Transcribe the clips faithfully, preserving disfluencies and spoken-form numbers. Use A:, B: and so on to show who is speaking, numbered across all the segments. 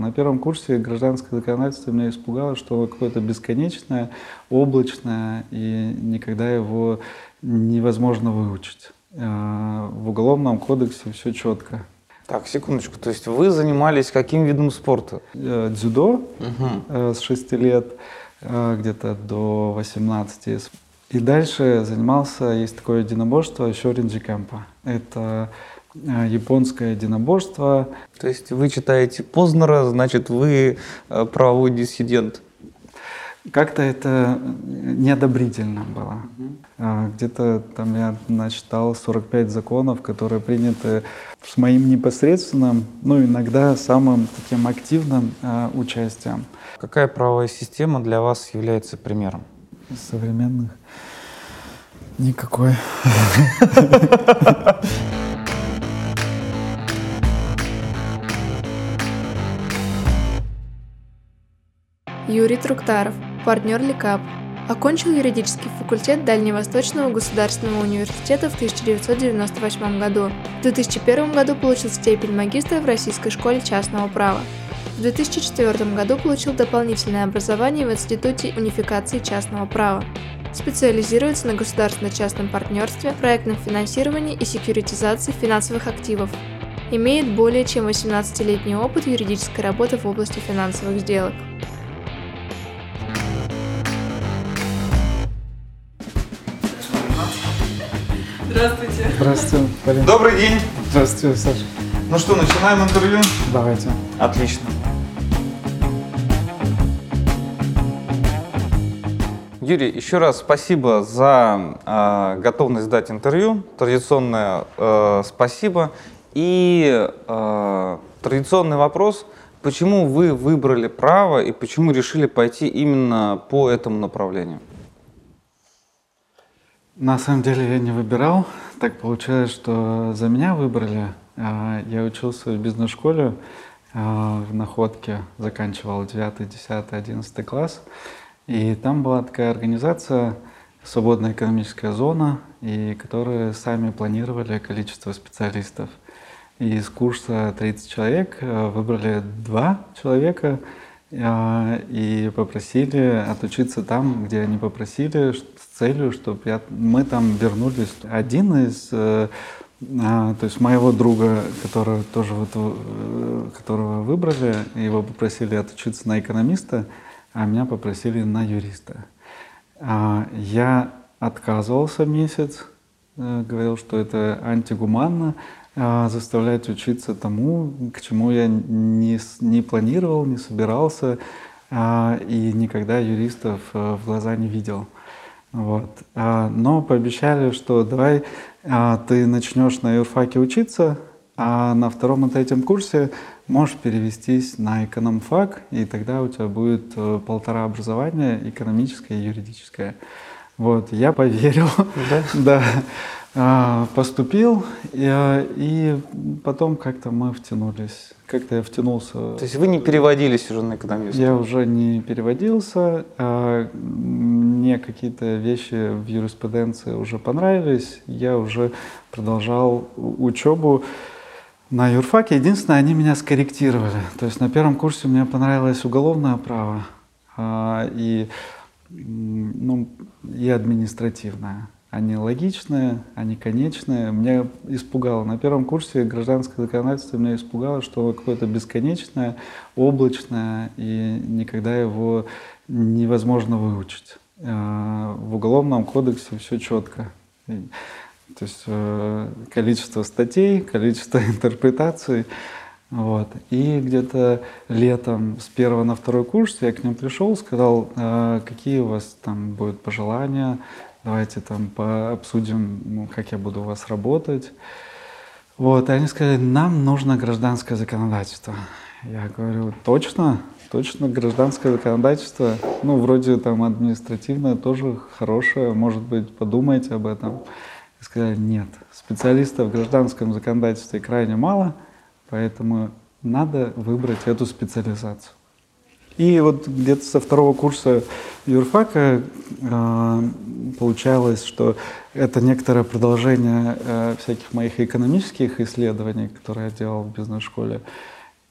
A: На первом курсе гражданское законодательство меня испугало, что оно какое-то бесконечное, облачное, и никогда его невозможно выучить. В Уголовном кодексе все четко.
B: Так, секундочку, то есть вы занимались каким видом спорта?
A: Дзюдо
B: Угу.
A: с шести лет где-то до восемнадцати. И дальше занимался, есть такое единоборство Шоринджи Кэмпа. Это японское единоборство.
B: То есть вы читаете Познера, значит, вы правовой диссидент.
A: Как-то это неодобрительно было. Mm-hmm. Где-то там я насчитал сорок пять законов, которые приняты с моим непосредственным, ну иногда самым таким активным э, участием.
B: Какая правовая система для вас является примером?
A: Из современных? Никакой.
C: Юрий Труктаров, партнер ЛИКАП. Окончил юридический факультет Дальневосточного государственного университета в тысяча девятьсот девяносто восьмом году. В две тысячи первом году получил степень магистра в Российской школе частного права. В две тысячи четвёртом году получил дополнительное образование в Институте унификации частного права. Специализируется на государственно-частном партнерстве, проектном финансировании и секьюритизации финансовых активов. Имеет более чем восемнадцатилетний опыт юридической работы в области финансовых сделок.
D: Здравствуйте.
A: Здравствуйте, Полина.
B: Добрый день.
A: Здравствуйте, Саша.
B: Ну что, начинаем интервью?
A: Давайте.
B: Отлично. Юрий, еще раз спасибо за э, готовность дать интервью. Традиционное э, спасибо. И э, традиционный вопрос. Почему вы выбрали право и почему решили пойти именно по этому направлению?
A: На самом деле я не выбирал. Так получилось, что за меня выбрали. Я учился в бизнес-школе в Находке, заканчивал девятый, десятый, одиннадцатый класс. И там была такая организация «Свободная экономическая зона», и которые сами планировали количество специалистов. И из курса тридцать человек выбрали два человека и попросили отучиться там, где они попросили, с целью, чтобы я, мы там вернулись. Один из, то есть моего друга, которого тоже вот, которого выбрали, его попросили отучиться на экономиста, а меня попросили на юриста. Я отказывался месяц, говорил, что это антигуманно, заставлять учиться тому, к чему я не, не планировал, не собирался и никогда юристов в глаза не видел. Вот. Но пообещали, что давай ты начнешь на юрфаке учиться, а на втором и третьем курсе можешь перевестись на экономфак, и тогда у тебя будет полтора образования, экономическое и юридическое. Вот. Я поверил, да? Да. Поступил, и, и потом как-то мы втянулись. Как-то я втянулся.
B: То есть вы не переводились уже на экономиста?
A: Я уже не переводился. Мне какие-то вещи в юриспруденции уже понравились. Я уже продолжал учебу на юрфаке. Единственное, они меня скорректировали. То есть на первом курсе мне понравилось уголовное право и, ну, и административное. Они логичные, они конечные. Меня испугало. На первом курсе гражданское законодательство меня испугало, что оно какое-то бесконечное, облачное, и никогда его невозможно выучить. В Уголовном кодексе все четко. То есть количество статей, количество интерпретаций. Вот. И где-то летом с первого на второй курс я к ним пришел, сказал, какие у вас там будут пожелания, давайте там пообсудим, ну, как я буду у вас работать. Вот, и они сказали, нам нужно гражданское законодательство. Я говорю, точно? Точно гражданское законодательство? Ну, вроде там административное тоже хорошее, может быть, подумайте об этом. И сказали, нет, специалистов в гражданском законодательстве крайне мало, поэтому надо выбрать эту специализацию. И вот где-то со второго курса юрфака э, получалось, что это некоторое продолжение э, всяких моих экономических исследований, которые я делал в бизнес-школе.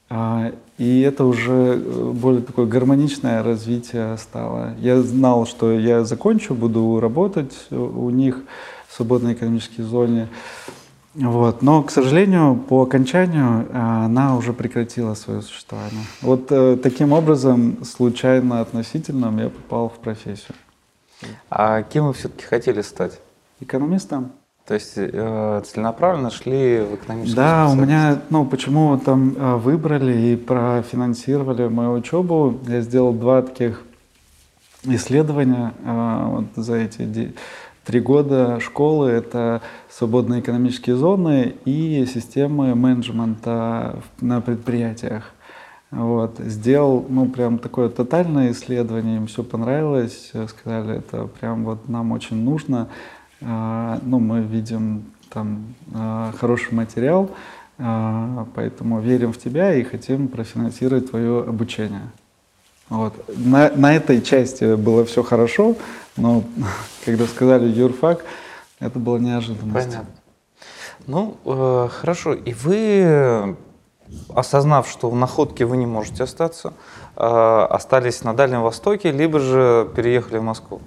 A: А, И это уже э, более такое гармоничное развитие стало. Я знал, что я закончу, буду работать у у них в свободной экономической зоне. Вот. Но, к сожалению, по окончанию а, она уже прекратила свое существование. Вот э, таким образом, случайно относительно, я попал в профессию.
B: А кем вы все-таки хотели стать?
A: Экономистом?
B: То есть э, целенаправленно шли в экономическую
A: Да, у
B: специальность?
A: меня, ну, почему там э, выбрали и профинансировали мою учебу, я сделал два таких исследования э, вот за эти де- три года школы. Это свободные экономические зоны и системы менеджмента в- на предприятиях. Вот. Сделал, ну, прям такое тотальное исследование, им все понравилось, э, сказали, это прям вот нам очень нужно. А, Ну, мы видим там а, хороший материал, а, поэтому верим в тебя и хотим профинансировать твое обучение. Вот. На, на этой части было все хорошо, но когда сказали юрфак, это была неожиданность.
B: Понятно. Ну, э, хорошо. И вы, осознав, что в Находке вы не можете остаться, э, остались на Дальнем Востоке, либо же переехали в Москву?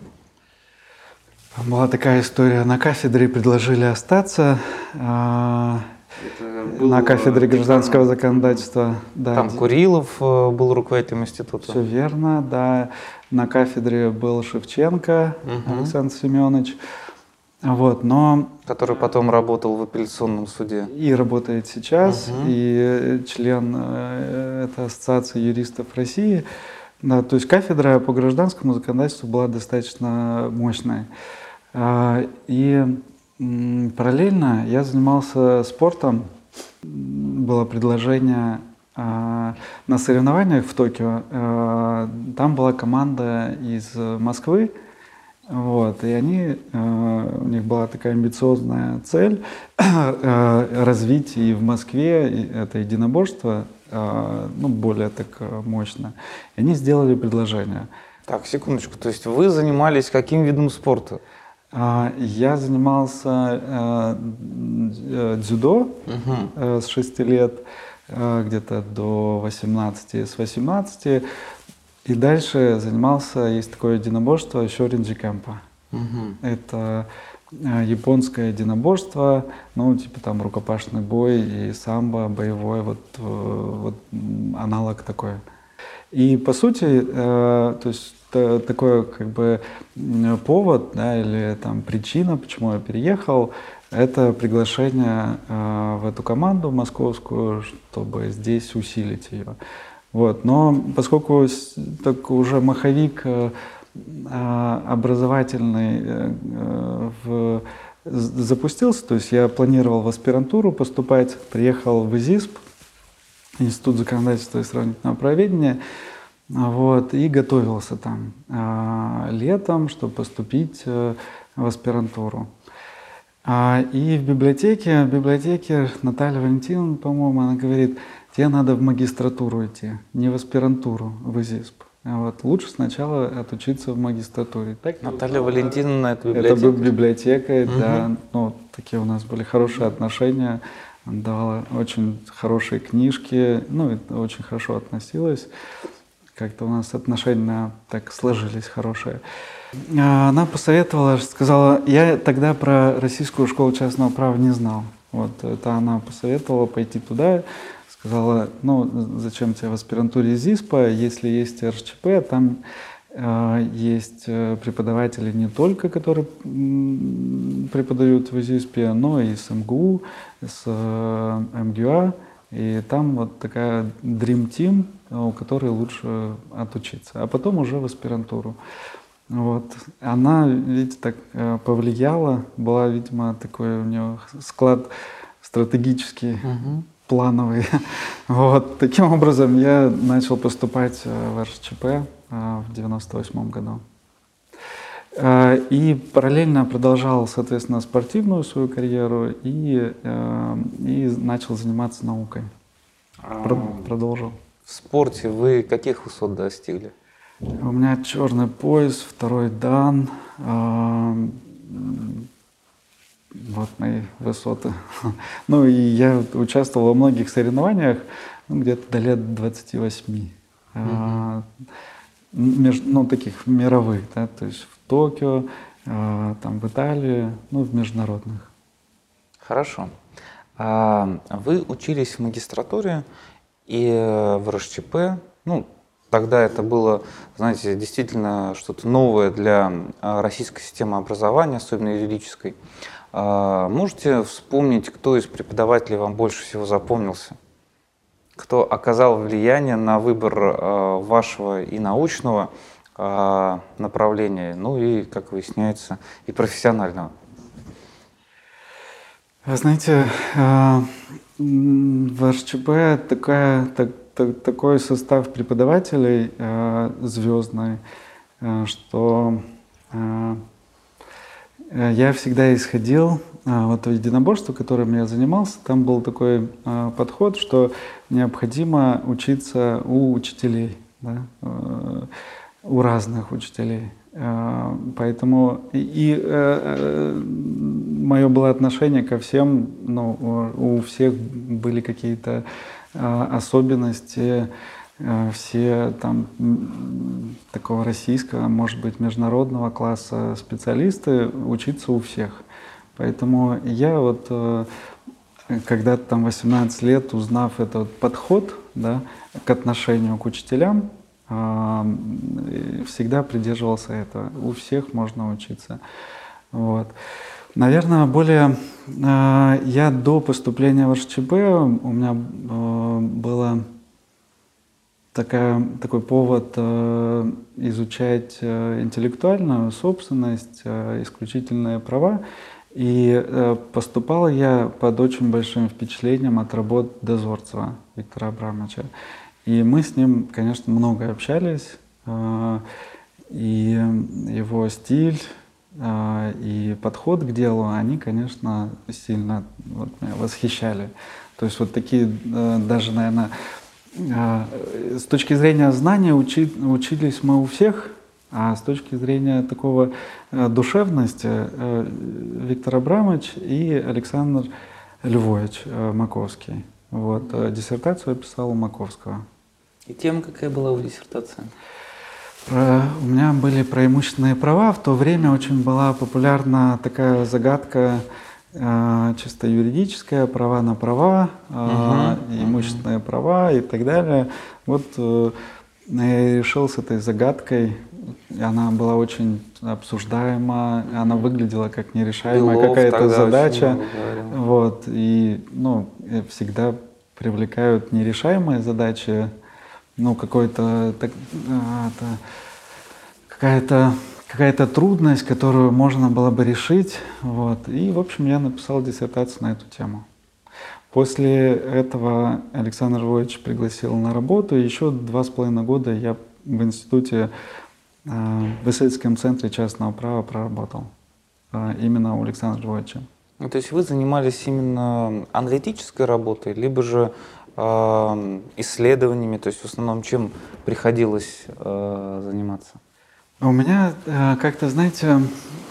A: Была такая история, на кафедре предложили остаться, а, на кафедре гражданского законодательства. Да,
B: Там Курилов э, был руководителем института.
A: все верно, да. На кафедре был Шевченко
B: Мгм.
A: Александр Семенович. Вот, но
B: Который потом работал в апелляционном суде.
A: и работает сейчас,
B: Мгм.
A: и член э, этой ассоциации юристов России. Да, то есть кафедра по гражданскому законодательству была достаточно мощной. А, И м, параллельно я занимался спортом. М, Было предложение а, на соревнованиях в Токио. а, Там была команда из Москвы. Вот, и они, э, у них была такая амбициозная цель э, развить и в Москве и это единоборство, э, ну, более так э, мощно. И они сделали предложение.
B: Так, секундочку. То есть вы занимались каким видом спорта?
A: А, Я занимался э, э, дзюдо
B: Мгм.
A: э, с шести лет, э, где-то до восемнадцати, с восемнадцати. И дальше занимался, есть такое единоборство, Шоринджи Кэмпа.
B: Мгм.
A: Это э, японское единоборство, ну, типа там рукопашный бой и самбо, боевой, вот, э, вот м, аналог такой. И по сути, э, то есть та- такой как бы м, повод, да, или там причина, почему я переехал, это приглашение э, в эту команду московскую, чтобы здесь усилить ее. Вот. Но поскольку с- так уже маховик э, а, образовательный э, э, в- з- запустился, то есть я планировал в аспирантуру поступать, приехал в ИЗИСП, Институт законодательства и сравнительного правоведения, а, вот, и готовился там а, летом, чтобы поступить э, в аспирантуру. А, И в библиотеке, в библиотеке Наталья Валентиновна, по-моему, она говорит, тебе надо в магистратуру идти, не в аспирантуру, в ИЗИСП. А вот лучше сначала отучиться в магистратуре. Так,
B: Наталья Валентиновна, это
A: это
B: библиотека?
A: был библиотека,
B: Мгм.
A: да, ну, такие у нас были хорошие отношения, она давала очень хорошие книжки, ну, и очень хорошо относилась. Как-то у нас отношения так сложились хорошие. А, Она посоветовала, сказала, я тогда про Российскую школу частного права не знал. Вот это она посоветовала пойти туда, сказала, ну зачем тебе в аспирантуре ЗИСПа, если есть РЧП, там э, есть э, преподаватели не только, которые м, преподают в ЗИСПе, но и с МГУ, с э, МГУА. И там вот такая Dream Team, у которой лучше отучиться, а потом уже в аспирантуру. Вот. Она, видите, так э, повлияла, была, видимо, такой у нее склад стратегический,
B: Мгм.
A: плановый. Вот. Таким образом я начал поступать э, в РЧП э, в девяносто восьмом году. Э, И параллельно продолжал, соответственно, спортивную свою карьеру и, э, и начал заниматься наукой. Про- Продолжил.
B: В спорте вы каких высот достигли?
A: У меня черный пояс, второй дан. А, м, Вот мои высоты. Ну и я участвовал во многих соревнованиях. ну, где-то до лет двадцати восьми. А, меж- ну, таких мировых, да, то есть в Токио, а, там в Италии, ну, в международных.
B: Хорошо. А вы учились в магистратуре и в РСЧП. Ну, тогда это было, знаете, действительно что-то новое для а, российской системы образования, особенно юридической. А можете вспомнить, кто из преподавателей вам больше всего запомнился? Кто оказал влияние на выбор а, вашего и научного а, направления, ну и, как выясняется, и профессионального?
A: Вы знаете, а, м, в РСЧП такая, так- так- такой состав преподавателей а, звездный, а, что а, э, я всегда исходил, а, вот в единоборстве, которым я занимался, там был такой а, подход, что необходимо учиться у учителей, да, э, у разных учителей. Э, Поэтому и, мое было отношение ко всем, ну, у у всех были какие-то э, особенности, э, все там м, такого российского, может быть, международного класса специалисты, учиться у всех. Поэтому я вот э, когда-то там восемнадцать лет, узнав этот подход, да, к отношению к учителям, а, и всегда придерживался этого. У всех можно учиться. Вот. Наверное, более а, я до поступления в РСЧП, у меня а, было такая, такой повод а, изучать а, интеллектуальную собственность, а, исключительные права. И э, поступал я под очень большим впечатлением от работ Дозорцева Виктора Абрамовича. И мы с ним, конечно, много общались. Э, и его стиль, э, и подход к делу, они, конечно, сильно вот, меня восхищали. То есть вот такие, э, даже, наверное, э, с точки зрения знания учи, учились мы у всех. А с точки зрения такого э, душевности э, Виктор Абрамович и Александр Львович э, Маковский. Вот, э, диссертацию я писал у Маковского.
B: И тема какая была у диссертации?
A: Про- у меня были проимущественные права. В то время очень была популярна такая загадка э, чисто юридическая, права на права, э,
B: Мгм,
A: имущественные права и так далее. Вот э, я решил с этой загадкой. И она была очень обсуждаема, она выглядела как нерешаемая
B: Белов
A: какая-то
B: тогда очень
A: задача.
B: много говорил.
A: Вот, и ну, э, всегда привлекают нерешаемые задачи, ну, какой-то, так, а, это, какая-то, какая-то трудность, которую можно было бы решить. Вот. И, в общем, я написал диссертацию на эту тему. После этого Александр Львович пригласил на работу. Еще два с половиной года я в институте, в исследовательском центре частного права проработал. Именно у Александра Львовича.
B: Ну, то есть вы занимались именно аналитической работой, либо же э, исследованиями, то есть в основном чем приходилось э, заниматься?
A: У меня э, как-то, знаете,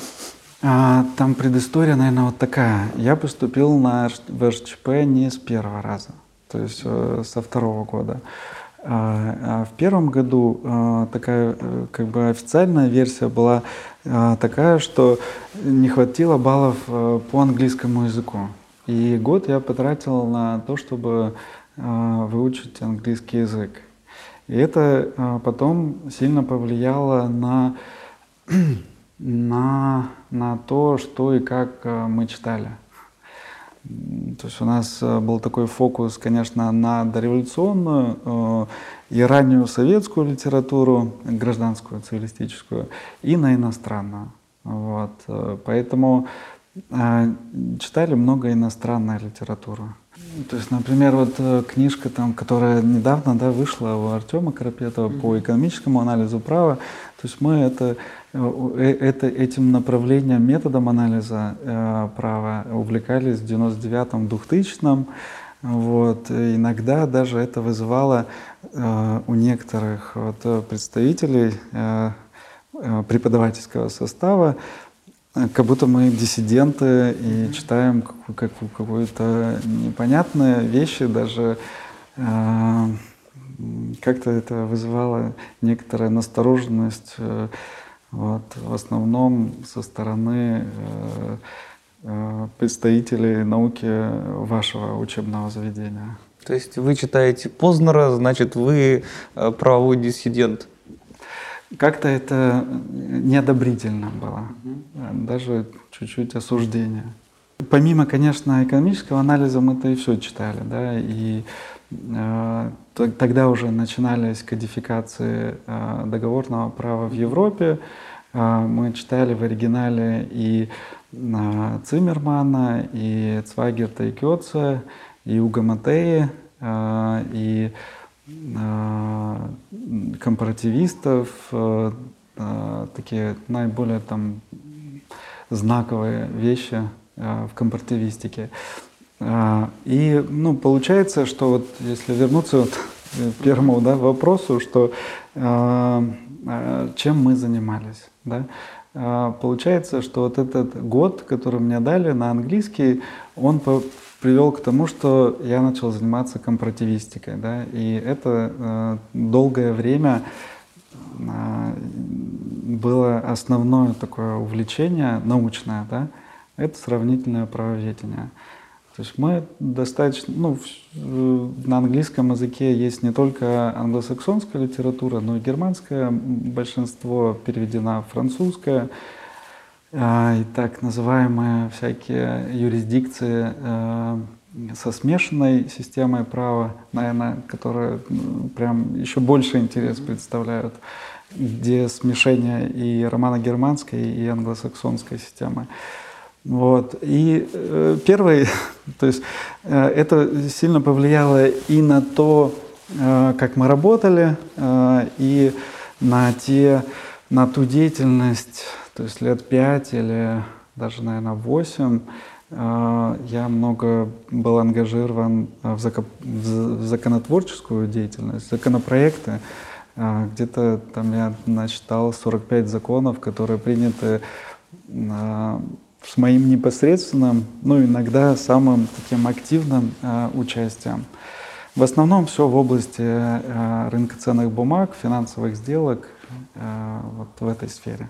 A: э, там предыстория, наверное, вот такая. Я поступил на, в РСЧП не с первого раза, то есть э, со второго года. А в первом году э, такая э, как бы официальная версия была э, такая, что не хватило баллов э, по английскому языку. И год я потратил на то, чтобы э, выучить английский язык. И это э, потом сильно повлияло на, на, на то, что и как э, мы читали. То есть у нас был такой фокус, конечно, на дореволюционную э, и раннюю советскую литературу, гражданскую, цивилистическую, и на иностранную. Вот. Поэтому э, читали много иностранной литературы. То есть, например, вот книжка, там, которая недавно, да, вышла у Артема Карапетова mm-hmm. по экономическому анализу права. То есть мы это, это, этим направлением, методом анализа э, права увлекались в девяносто девятом — двухтысячном. Вот. И иногда даже это вызывало э, у некоторых вот, представителей э, преподавательского состава, как будто мы диссиденты и читаем какую-то непонятные вещи, даже э, как-то это вызывало некоторую настороженность, э, вот, в основном со стороны э, э, представителей науки вашего учебного заведения.
B: То есть вы читаете Познера, значит, вы э, правовой диссидент.
A: Как-то это неодобрительно было, даже чуть-чуть осуждение. Помимо, конечно, экономического анализа, мы-то и все читали, да, и э, т- тогда уже начинались кодификации э, договорного права в Европе. Э, мы читали в оригинале и э, Циммермана, и Цвайгерта и Кёца, и Уго Матеи, э, и э, компаративистов, э, э, такие наиболее там знаковые вещи в компаративистике. И, ну, получается, что вот если вернуться вот к первому, да, вопросу, что чем мы занимались, да, получается, что вот этот год, который мне дали на английский, он по привел к тому, что я начал заниматься компаративистикой, да, и это долгое время было основное такое увлечение научное, да, это сравнительное правоведение. То есть мы достаточно, ну, в, на английском языке есть не только англосаксонская литература, но и германская, большинство переведена французская, и так называемые всякие юрисдикции со смешанной системой права, наверное, которые прям еще больше интерес представляют, где смешение и романо-германской, и англосаксонской системы. Вот. И э, первый, то есть э, это сильно повлияло и на то, э, как мы работали, э, и на, те, на ту деятельность, то есть лет пять или даже, наверное, восемь, э, я много был ангажирован в, зако, в законотворческую деятельность, законопроекты. Э, где-то там я насчитал сорок пять законов, которые приняты э, с моим непосредственным, ну, иногда самым таким активным э, участием. В основном все в области э, рынка ценных бумаг, финансовых сделок, э, вот в этой сфере.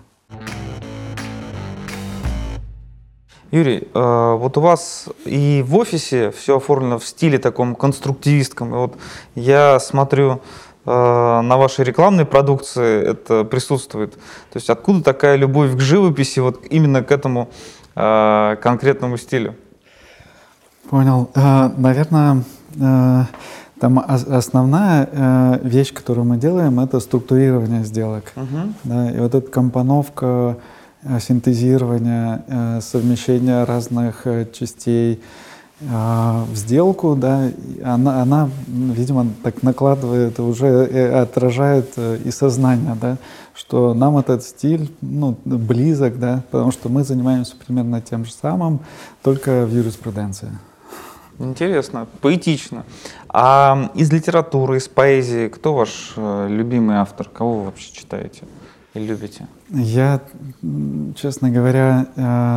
B: Юрий, э, вот у вас и в офисе все оформлено в стиле таком конструктивистском. И вот я смотрю э, на вашей рекламной продукции, это присутствует. То есть откуда такая любовь к живописи, вот именно к этому конкретному стилю?
A: Понял. Наверное, там основная вещь, которую мы делаем, это структурирование сделок. Uh-huh. Да, и вот эта компоновка, синтезирование, совмещение разных частей в сделку, да, она, она, видимо, так накладывает, уже отражает и сознание, да, что нам этот стиль, ну, близок, да, потому что мы занимаемся примерно тем же самым, только в юриспруденции.
B: Интересно, поэтично. А из литературы, из поэзии, кто ваш любимый автор? Кого вы вообще читаете и любите?
A: Я, честно говоря,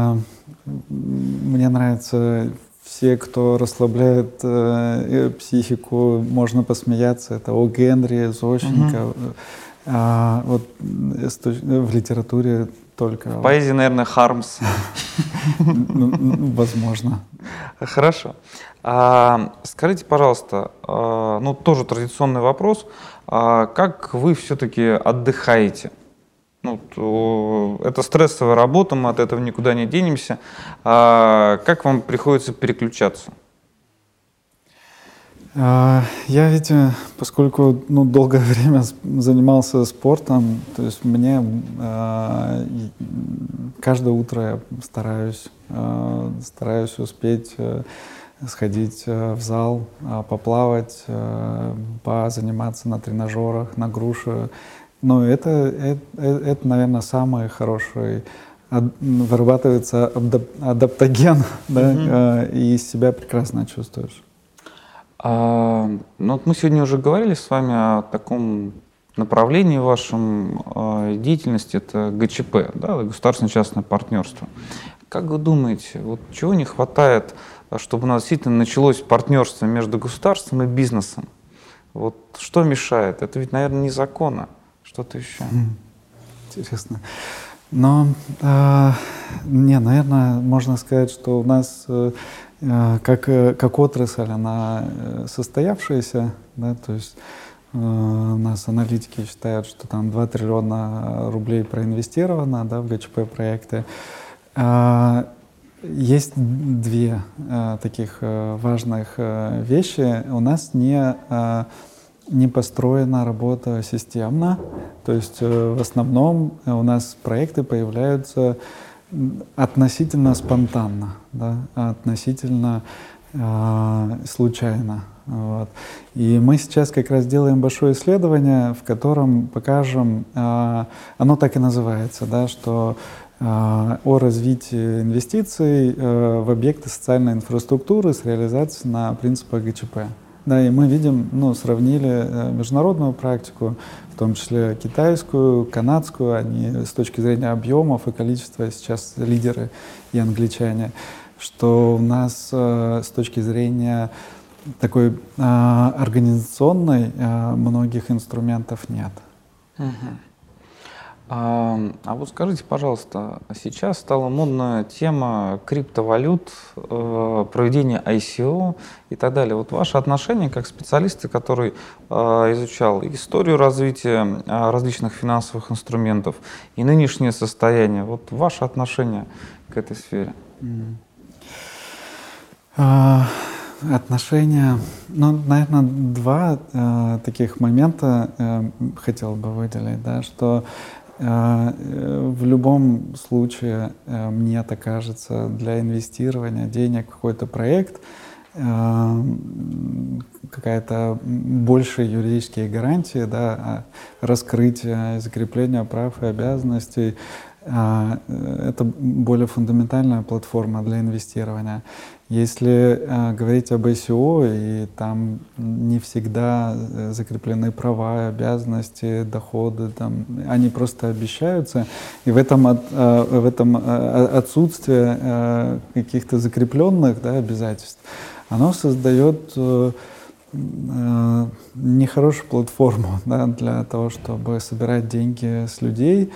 A: мне нравится все, кто расслабляет э, психику, можно посмеяться. Это О. Генри, Зощенко. Uh-huh. а, вот в литературе только...
B: В поэзии, наверное, Хармс.
A: Возможно.
B: Хорошо. Скажите, пожалуйста, ну тоже традиционный вопрос. Как вы все-таки отдыхаете? Ну, это стрессовая работа, мы от этого никуда не денемся. А как вам приходится переключаться?
A: Я, ведь, поскольку ну, долгое время занимался спортом, то есть мне э, каждое утро я стараюсь, э, стараюсь успеть э, сходить э, в зал, э, поплавать, э, позаниматься на тренажерах, на груше. Ну, это, это, это, наверное, самый хороший, вырабатывается адап, адаптоген, да, mm-hmm. и себя прекрасно чувствуешь.
B: А, ну, вот мы сегодня уже говорили с вами о таком направлении вашем э, деятельности, это гэ че пэ, да, государственно-частное партнерство. Как вы думаете, вот чего не хватает, чтобы у нас действительно началось партнерство между государством и бизнесом? Вот что мешает? Это ведь, наверное, не закон, а что-то еще.
A: Интересно. Но, э, не, наверное, можно сказать, что у нас э, как, как отрасль, она состоявшаяся, да, то есть э, у нас аналитики считают, что там два триллиона рублей проинвестировано, да, в ГЧП-проекты. Э, есть две э, таких э, важных э, вещи. У нас не... Э, не построена работа системно, то есть э, в основном у нас проекты появляются относительно спонтанно, да, относительно э, случайно. Вот. И мы сейчас как раз делаем большое исследование, в котором покажем, э, оно так и называется, да, что э, о развитии инвестиций э, в объекты социальной инфраструктуры с реализацией на принципах ГЧП. Да, и мы видим, ну, сравнили международную практику, в том числе китайскую, канадскую, они с точки зрения объемов и количества сейчас лидеры и англичане, что у нас э, с точки зрения такой э, организационной э, многих инструментов нет.
B: Угу. А, а вот скажите, пожалуйста, сейчас стала модная тема криптовалют, э, проведения ай си о и так далее. Вот ваше отношение как специалиста, который э, изучал историю развития э, различных финансовых инструментов и нынешнее состояние, вот ваше отношение к этой сфере?
A: Mm. А, отношения, ну, наверное, два э, таких момента э, хотел бы выделить, да, что в любом случае, мне так кажется, для инвестирования денег в какой-то проект какая-то большие юридические гарантии, да, раскрытие и закрепление прав и обязанностей — это более фундаментальная платформа для инвестирования. Если э, говорить об ай си о, и там не всегда закреплены права, обязанности, доходы, там, они просто обещаются, и в этом, от, э, в этом э, отсутствие э, каких-то закрепленных, да, обязательств, оно создает э, э, нехорошую платформу, да, для того, чтобы собирать деньги с людей,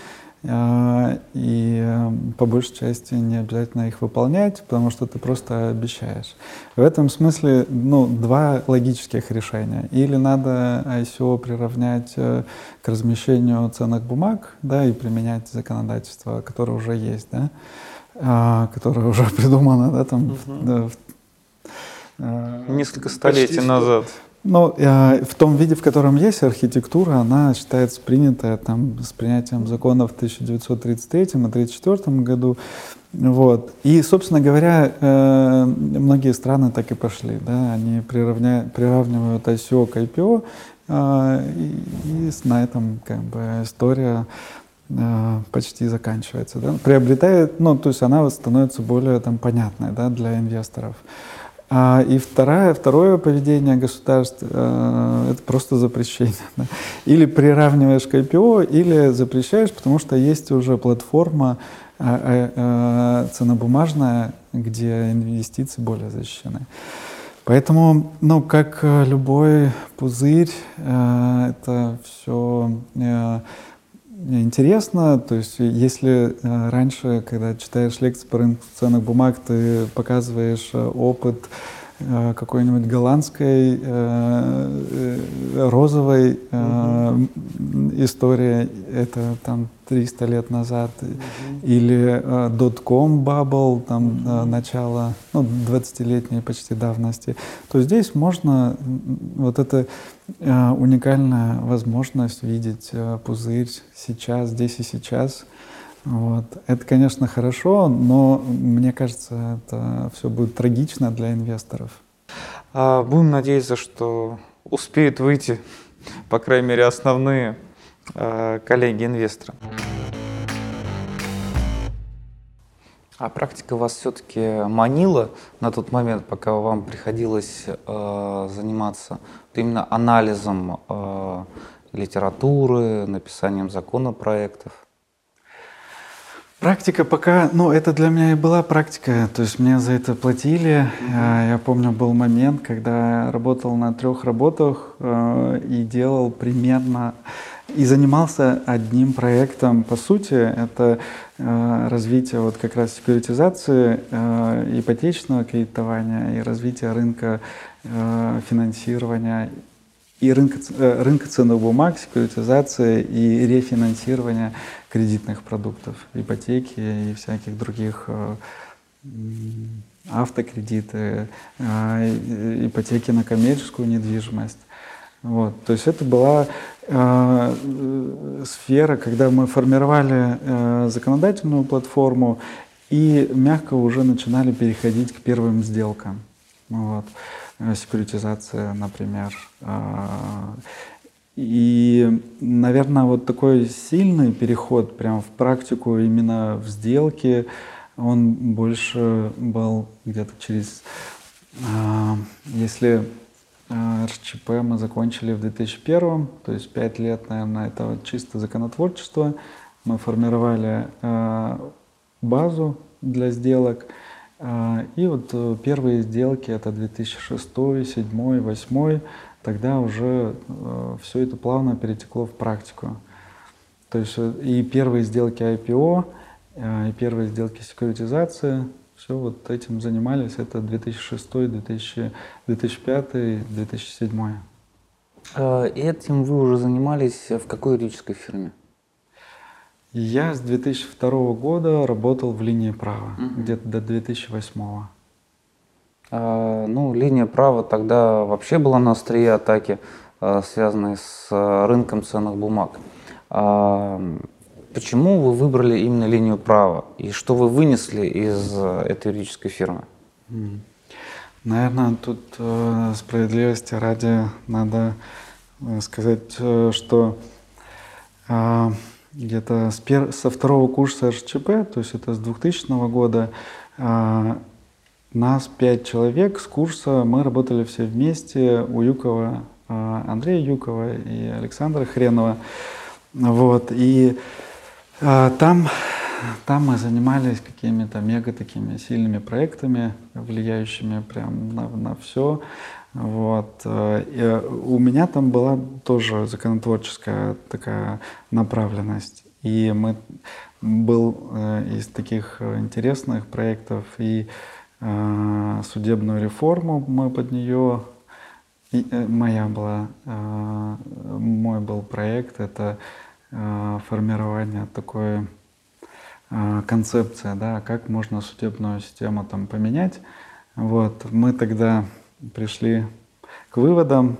A: и по большей части не обязательно их выполнять, потому что ты просто обещаешь. В этом смысле, ну, два логических решения. Или надо ай си о приравнять к размещению ценных бумаг, да, и применять законодательство, которое уже есть, да, которое уже придумано, да, там,
B: угу.
A: да,
B: несколько столетий назад.
A: Ну, э, в том виде, в котором есть архитектура, она считается принятой там, с принятием законов в тысяча девятьсот тридцать третьем и тридцать четвёртом году. Вот. И, собственно говоря, э, многие страны так и пошли. Да? Они приравня... приравнивают ай си о к ай пи о, э, и, и на этом как бы история э, почти заканчивается. Да? Приобретает, ну, то есть она становится более там, понятной, да, для инвесторов. А, и второе, второе поведение государств э, — это просто запрещение. Да? Или приравниваешь к ай пи о, или запрещаешь, потому что есть уже платформа э, э, ценнобумажная, где инвестиции более защищены. Поэтому, ну, как любой пузырь, э, это все э, интересно. То есть, если э, раньше, когда читаешь лекции по рынку ценных бумаг, ты показываешь э, опыт э, какой-нибудь голландской э, э, розовой э, mm-hmm. истории, это там триста лет назад, mm-hmm. или э, dot-com bubble, там mm-hmm. э, начало, ну, двадцатилетней почти давности, то здесь можно вот это э, уникальная возможность видеть э, пузырь сейчас, здесь и сейчас. Вот. Это, конечно, хорошо, но мне кажется, это все будет трагично для инвесторов.
B: А будем надеяться, что успеют выйти, по крайней мере, основные э, коллеги-инвесторы. А практика вас все-таки манила на тот момент, пока вам приходилось э, заниматься именно анализом э, литературы, написанием законопроектов?
A: Практика пока, ну, это для меня и была практика, то есть мне за это платили. Mm-hmm. Я помню, был момент, когда я работал на трех работах э, и делал примерно, и занимался одним проектом. По сути, это э, развитие вот как раз секьюритизации, э, ипотечного кредитования и развитие рынка э, финансирования и рынка, э, рынка ценных бумаг, секьюритизации и рефинансирования кредитных продуктов, ипотеки и всяких других э, автокредиты, э, ипотеки на коммерческую недвижимость. Вот. То есть это была э, сфера, когда мы формировали э, законодательную платформу и мягко уже начинали переходить к первым сделкам. Вот. Секьюритизация, например. И, наверное, вот такой сильный переход прямо в практику, именно в сделке, он больше был где-то через... Если эр че пэ мы закончили в две тысячи первом, то есть пять лет, наверное, это вот чисто законотворчество. Мы формировали базу для сделок. И вот первые сделки — это две тысячи шестой, две тысячи седьмой, две тысячи восьмой. Тогда уже э, все это плавно перетекло в практику. То есть и первые сделки ай пи о, э, и первые сделки секьюритизации, все вот этим занимались. Это две тысячи шестой, две тысячи пятый, две тысячи седьмой.
B: И этим вы уже занимались в какой юридической фирме?
A: Я с две тысячи второго года работал в линии права, угу. где-то до две тысячи восьмого.
B: А, ну, линия права тогда вообще была на острие атаки, а, связанной с а, рынком ценных бумаг. А, почему вы выбрали именно линию права? И что вы вынесли из а, этой юридической фирмы?
A: Mm. Наверное, тут э, справедливости ради надо э, сказать, э, что э, где-то с пер... со второго курса эр че пэ, то есть это с двухтысячного года, э, нас пять человек с курса, мы работали все вместе у Юкова, э, Андрея Юкова и Александра Хренова. Вот, и э, там, там мы занимались какими-то мега такими сильными проектами, влияющими прям на, на все. Вот. И у меня там была тоже законотворческая такая направленность. И мы, был э, из таких интересных проектов и э, судебную реформу мы под нее, и, э, моя была, э, мой был проект, это э, формирование такой э, концепции, да, как можно судебную систему там поменять. Вот. Мы тогда пришли к выводам,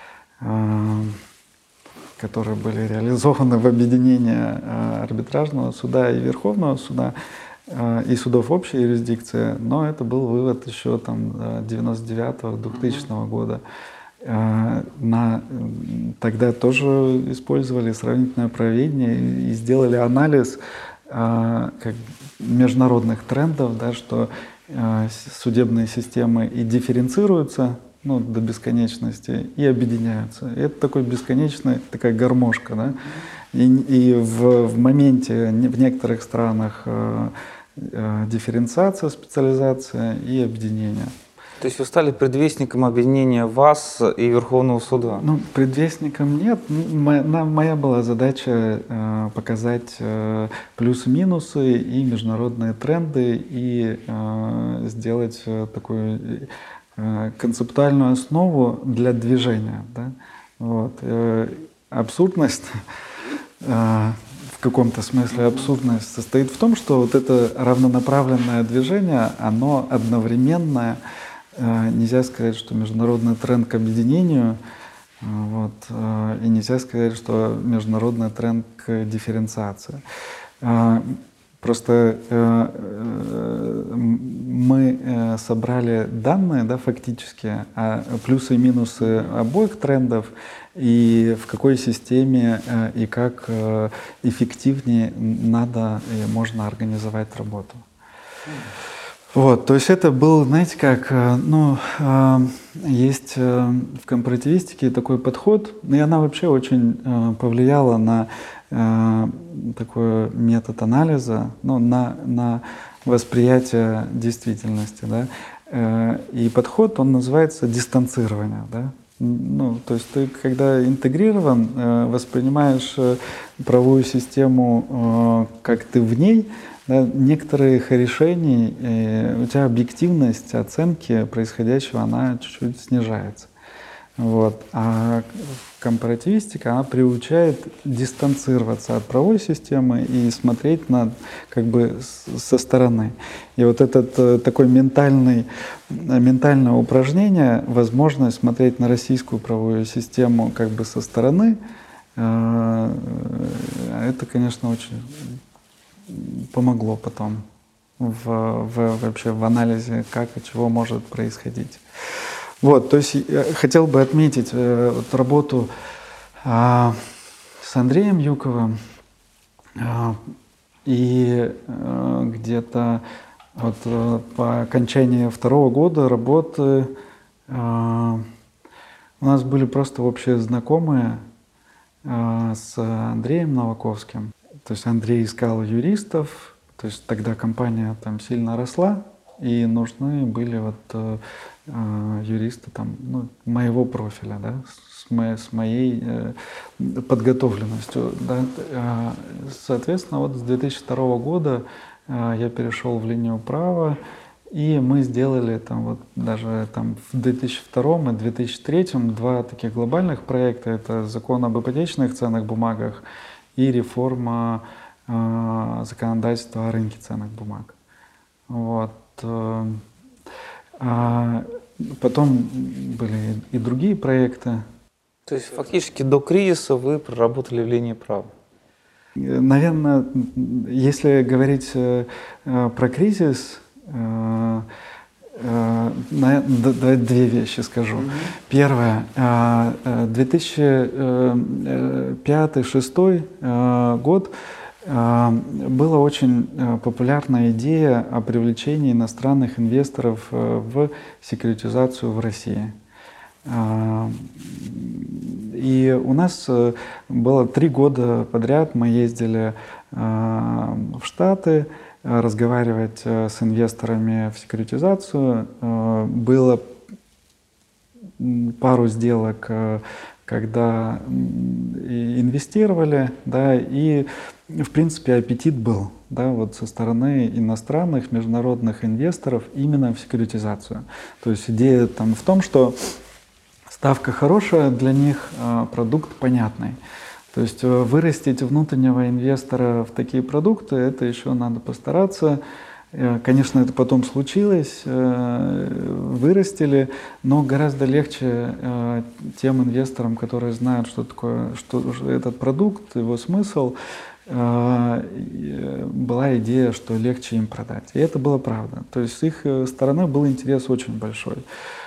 A: которые были реализованы в объединении арбитражного суда и Верховного суда и судов общей юрисдикции, но это был вывод еще там девяносто девятого — двухтысячного года. На, тогда тоже использовали сравнительное правоведение и сделали анализ как международных трендов, да, что судебные системы и дифференцируются, ну, до бесконечности, и объединяются. И это такой бесконечная такая гармошка, да? И, и в, в моменте в некоторых странах э, э, дифференциация, специализация и объединение.
B: То есть вы стали предвестником объединения ВАС и Верховного суда?
A: Ну, предвестником нет. Моя, моя была задача э, показать э, плюсы-минусы и международные тренды и э, сделать э, такую э, концептуальную основу для движения. Да? Вот. Э, абсурдность, э, в каком-то смысле абсурдность состоит в том, что вот это равнонаправленное движение, оно одновременное. Нельзя сказать, что международный тренд к объединению, вот, и нельзя сказать, что международный тренд к дифференциации. Просто мы собрали данные, да, фактически, плюсы и минусы обоих трендов, и в какой системе и как эффективнее надо и можно организовать работу. Вот, то есть это был, знаете, как, ну, есть в компаративистике такой подход, и она вообще очень повлияла на э, такой метод анализа, ну, на, на восприятие действительности, да. Э, и подход, он называется дистанцирование, да. Ну, то есть ты, когда интегрирован, э, воспринимаешь э, правовую систему, э, как ты в ней, да, некоторых решений, э, у тебя объективность оценки происходящего, она чуть-чуть снижается. Вот. А компаративистика, она приучает дистанцироваться от правовой системы и смотреть на, как бы со стороны. И вот это такое ментальный, ментальное упражнение, возможность смотреть на российскую правовую систему как бы со стороны, это, конечно, очень помогло потом в, в, вообще в анализе, как и чего может происходить. Вот, то есть я хотел бы отметить э, вот работу э, с Андреем Юковым, э, и э, где-то вот, э, по окончании второго года работы э, у нас были просто общие знакомые э, с Андреем Новаковским. То есть Андрей искал юристов, то есть тогда компания там сильно росла, и нужны были вот э, юристы там, ну, моего профиля, да, с моей, с моей э, подготовленностью. Да. Э, соответственно, вот с две тысячи второго года э, я перешел в линию права, и мы сделали там вот даже там в две тысячи втором и две тысячи третьем два таких глобальных проекта. Это закон об ипотечных ценных бумагах и реформа э, законодательства о рынке ценных бумаг. Вот. А потом были и другие проекты.
B: То есть фактически до кризиса вы проработали в линии права?
A: Наверное, если говорить про кризис, две вещи скажу. Mm-hmm. Первое. две тысячи пятый — две тысячи шестой год была очень популярная идея о привлечении иностранных инвесторов в секьюритизацию в России. И у нас было три года подряд, мы ездили в Штаты разговаривать с инвесторами в секьюритизацию. Было пару сделок, когда инвестировали, да, и в принципе аппетит был, да, вот со стороны иностранных международных инвесторов именно в секьюритизацию. То есть идея там в том, что ставка хорошая для них, продукт понятный. То есть вырастить внутреннего инвестора в такие продукты, это еще надо постараться. Конечно, это потом случилось, вырастили, но гораздо легче тем инвесторам, которые знают, что такое, что этот продукт, его смысл, была идея, что легче им продать. И это было правда. То есть с их стороны был интерес очень большой.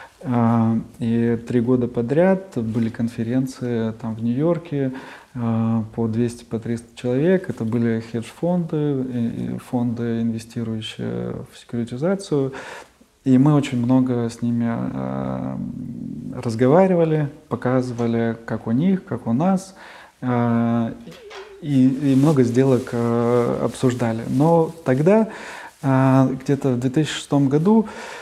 A: И три года подряд были конференции там в Нью-Йорке, по двести, по триста человек. Это были хедж-фонды, фонды, инвестирующие в секьюритизацию. И мы очень много с ними разговаривали, показывали, как у них, как у нас. И, и много сделок обсуждали. Но тогда, где-то в две тысячи шестом году,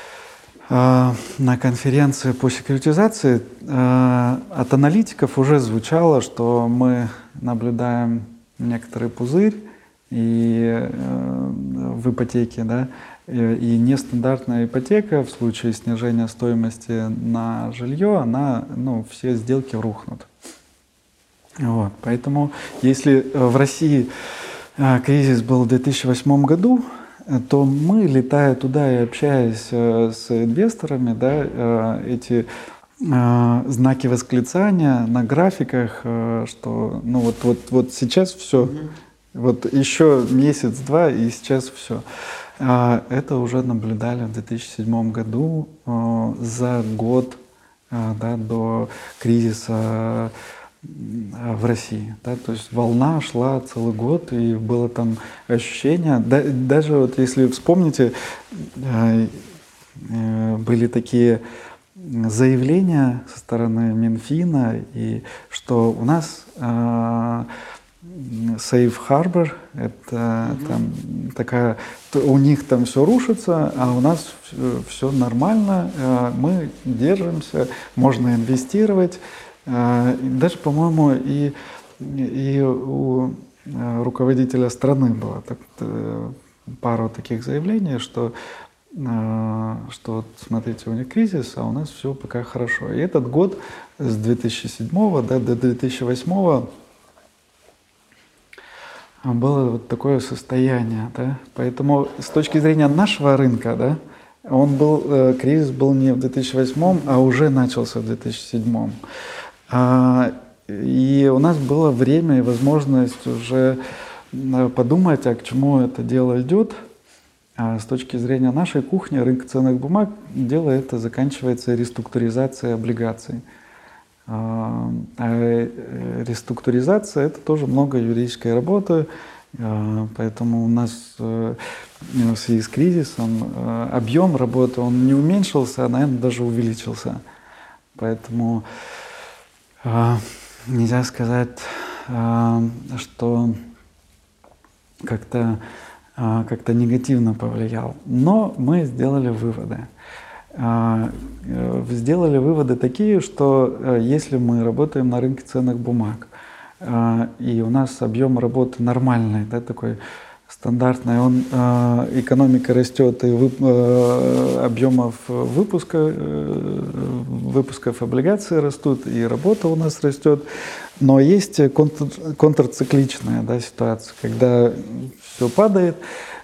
A: на конференции по секьюритизации от аналитиков уже звучало, что мы наблюдаем некоторый пузырь и в ипотеке, да, и нестандартная ипотека в случае снижения стоимости на жилье, она, ну, все сделки рухнут. Вот, поэтому если в России кризис был в две тысячи восьмом году, то мы, летая туда и общаясь с инвесторами, да, эти знаки восклицания на графиках, что ну вот, вот, вот сейчас все, mm-hmm. вот еще месяц-два и сейчас все. Это уже наблюдали в две тысячи седьмом году, за год, да, до кризиса в России, да, то есть волна шла целый год, и было там ощущение, да, даже вот если вспомните, э, э, были такие заявления со стороны Минфина, и что у нас э, Safe Harbor, это mm-hmm. там такая, у них там все рушится, а у нас все нормально, мы держимся, можно инвестировать. Даже, по-моему, и, и у руководителя страны было так, пару таких заявлений, что, что вот, смотрите, у них кризис, а у нас все пока хорошо. И этот год с две тысячи седьмого да, до две тысячи восьмого было вот такое состояние, да? Поэтому с точки зрения нашего рынка, да, он был, э, кризис был не в две тысячи восьмом, а уже начался в две тысячи седьмом. А, и у нас было время и возможность уже подумать, а к чему это дело идет. А с точки зрения нашей кухни, рынка ценных бумаг, дело это заканчивается реструктуризацией облигаций. А реструктуризация — это тоже много юридической работы, поэтому у нас в связи с кризисом объем работы он не уменьшился, а, наверное, даже увеличился. Поэтому нельзя сказать, что как-то как-то негативно повлиял. Но мы сделали выводы. Сделали выводы такие, что если мы работаем на рынке ценных бумаг, и у нас объем работы нормальный, да, такой стандартный, он, экономика растет, и вып, объемов выпуска, выпусков облигаций растут, и работа у нас растет, но есть контр, контрцикличная, да, ситуация, когда все падает.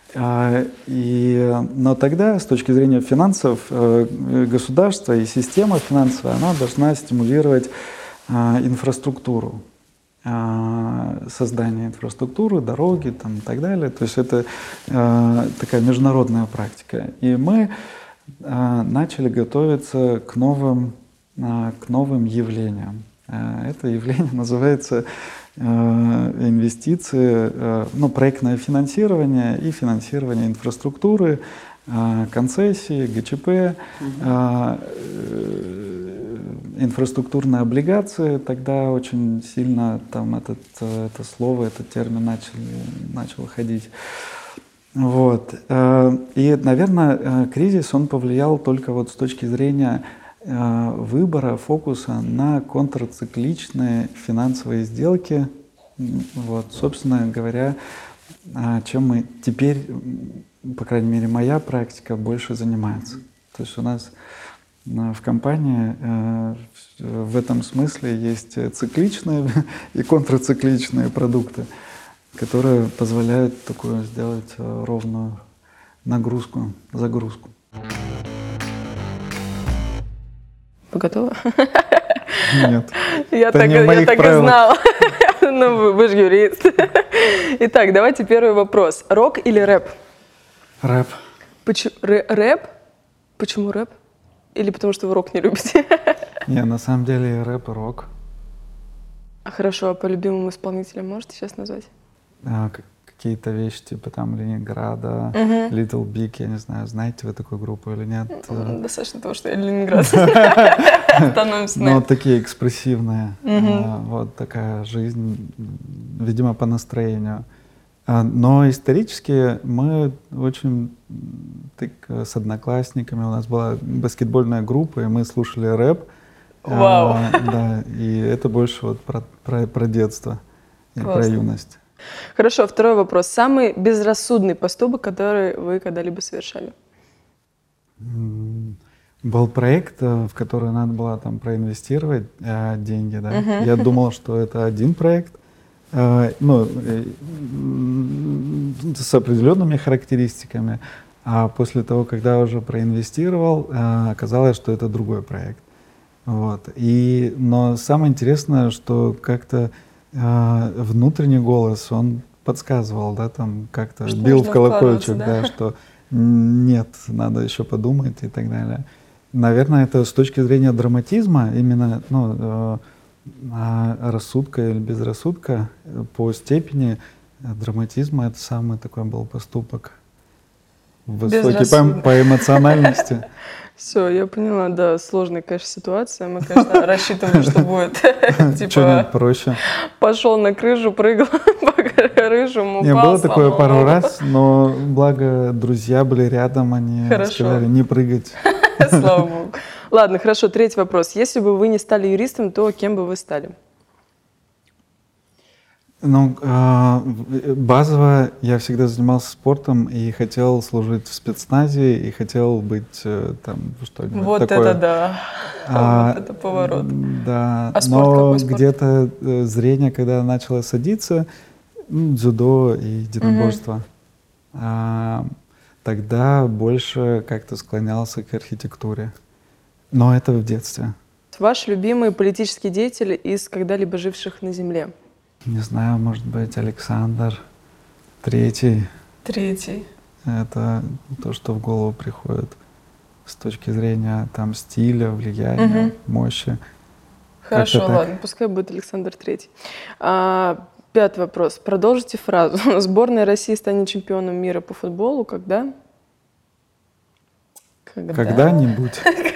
A: И, но тогда, с точки зрения финансов, государство и система финансовая, она должна стимулировать инфраструктуру, создание инфраструктуры, дороги там, и так далее. То есть это такая международная практика. И мы начали готовиться к новым, к новым явлениям. Это явление называется инвестиции, ну, проектное финансирование и финансирование инфраструктуры, концессии, ГЧП, угу. инфраструктурные облигации. Тогда очень сильно там этот, это слово, этот термин начал, начал ходить. Вот. И, наверное, кризис, он повлиял только вот с точки зрения выбора фокуса на контрцикличные финансовые сделки. Вот, собственно говоря, чем мы теперь, по крайней мере, моя практика больше занимается. То есть у нас в компании в этом смысле есть цикличные и контрцикличные продукты, которые позволяют такую сделать ровную нагрузку, загрузку.
D: Вы готовы?
A: Нет.
D: Я так, я так и знала. Ну, вы, вы же юрист. Итак, давайте первый вопрос. Рок или рэп?
A: Рэп.
D: Почему рэп? Почему рэп? Или потому что вы рок не любите?
A: Не, на самом деле рэп и рок.
D: Хорошо, а по любимым исполнителям можете сейчас назвать?
A: А, какие-то вещи типа там Ленинграда, uh-huh. Little Big, я не знаю, знаете вы такую группу или нет?
D: Mm, достаточно того, что я Ленинград. Становимся на это.
A: Ну, такие экспрессивные. Вот такая жизнь, видимо, по настроению. Но исторически мы очень так, с одноклассниками, у нас была баскетбольная группа, и мы слушали рэп.
D: Вау!
A: А, да, и это больше вот про, про, про детство и
D: Классно.
A: Про юность.
D: Хорошо, второй вопрос. Самый безрассудный поступок, который вы когда-либо совершали?
A: Был проект, в который надо было там проинвестировать э, деньги. Да? Uh-huh. Я думал, что это один проект, э, ну, э, с определенными характеристиками, а после того, когда уже проинвестировал, э, оказалось, что это другой проект. Вот. И, но самое интересное, что как-то э, внутренний голос, он подсказывал, да, там как-то что бил в колокольчик, да? Да, что нет, надо еще подумать и так далее. Наверное, это с точки зрения драматизма, именно ну, э, рассудка или безрассудка, по степени драматизма это самый такой был поступок. высокий по, по эмоциональности.
D: Все, я поняла, да, сложная, конечно, ситуация. Мы, конечно, рассчитывали, что будет
A: типа проще.
D: Пошел на крышу, прыгал по крышам, упал.
A: Не, было такое пару раз, но благо друзья были рядом, они сказали не прыгать.
D: Слава богу. Ладно, хорошо, третий вопрос. Если бы вы не стали юристом, то кем бы вы стали?
A: Ну, базово я всегда занимался спортом и хотел служить в спецназе, и хотел быть там что-нибудь
D: вот
A: такое.
D: Вот это да,
A: а,
D: вот это поворот.
A: Да,
D: а спорт,
A: но
D: спорт?
A: где-то зрение, когда начало садиться, ну, дзюдо и единоборство, угу. а, тогда больше как-то склонялся к архитектуре. Но это в детстве.
D: Ваш любимый политический деятель из когда-либо живших на Земле?
A: Не знаю, может быть, Александр Третий.
D: Третий.
A: Это то, что в голову приходит с точки зрения там стиля, влияния, угу. мощи.
D: Хорошо, ладно, пускай будет Александр Третий. А, пятый вопрос. Продолжите фразу. Сборная России станет чемпионом мира по футболу когда?
A: Когда? Когда-нибудь.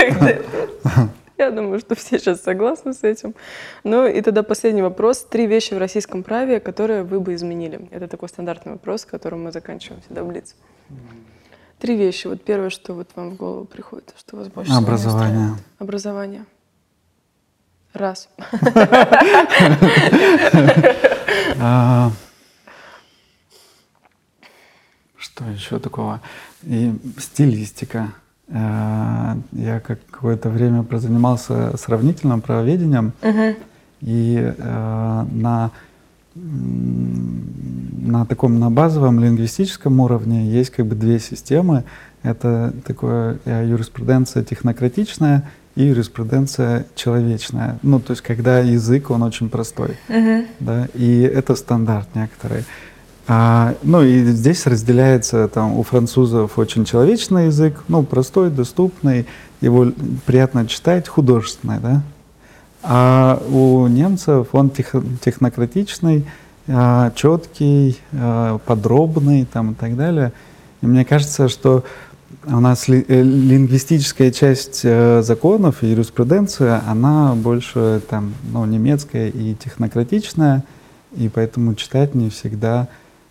D: Я думаю, что все сейчас согласны с этим. Ну и тогда последний вопрос. Три вещи в российском праве, которые вы бы изменили. Это такой стандартный вопрос, которым мы заканчиваем всегда блиц. Три вещи. Вот первое, что вот вам в голову приходит, что вас больше всего
A: Образование.
D: Образование. Раз.
A: Что еще такого? И стилистика. Я какое-то время прозанимался сравнительным правоведением, uh-huh. и э, на, на таком на базовом лингвистическом уровне есть как бы две системы. Это такое юриспруденция технократичная и юриспруденция человечная. Ну, то есть когда язык, он очень простой, uh-huh. да, и это стандарт некоторый. А, ну и здесь разделяется, там, у французов очень человечный язык, ну, простой, доступный, его приятно читать, художественный, да. А у немцев он тех, технократичный, а, четкий, а, подробный, там, и так далее. И мне кажется, что у нас ли, э, лингвистическая часть э, законов и юриспруденция, она больше, там, ну, немецкая и технократичная, и поэтому читать не всегда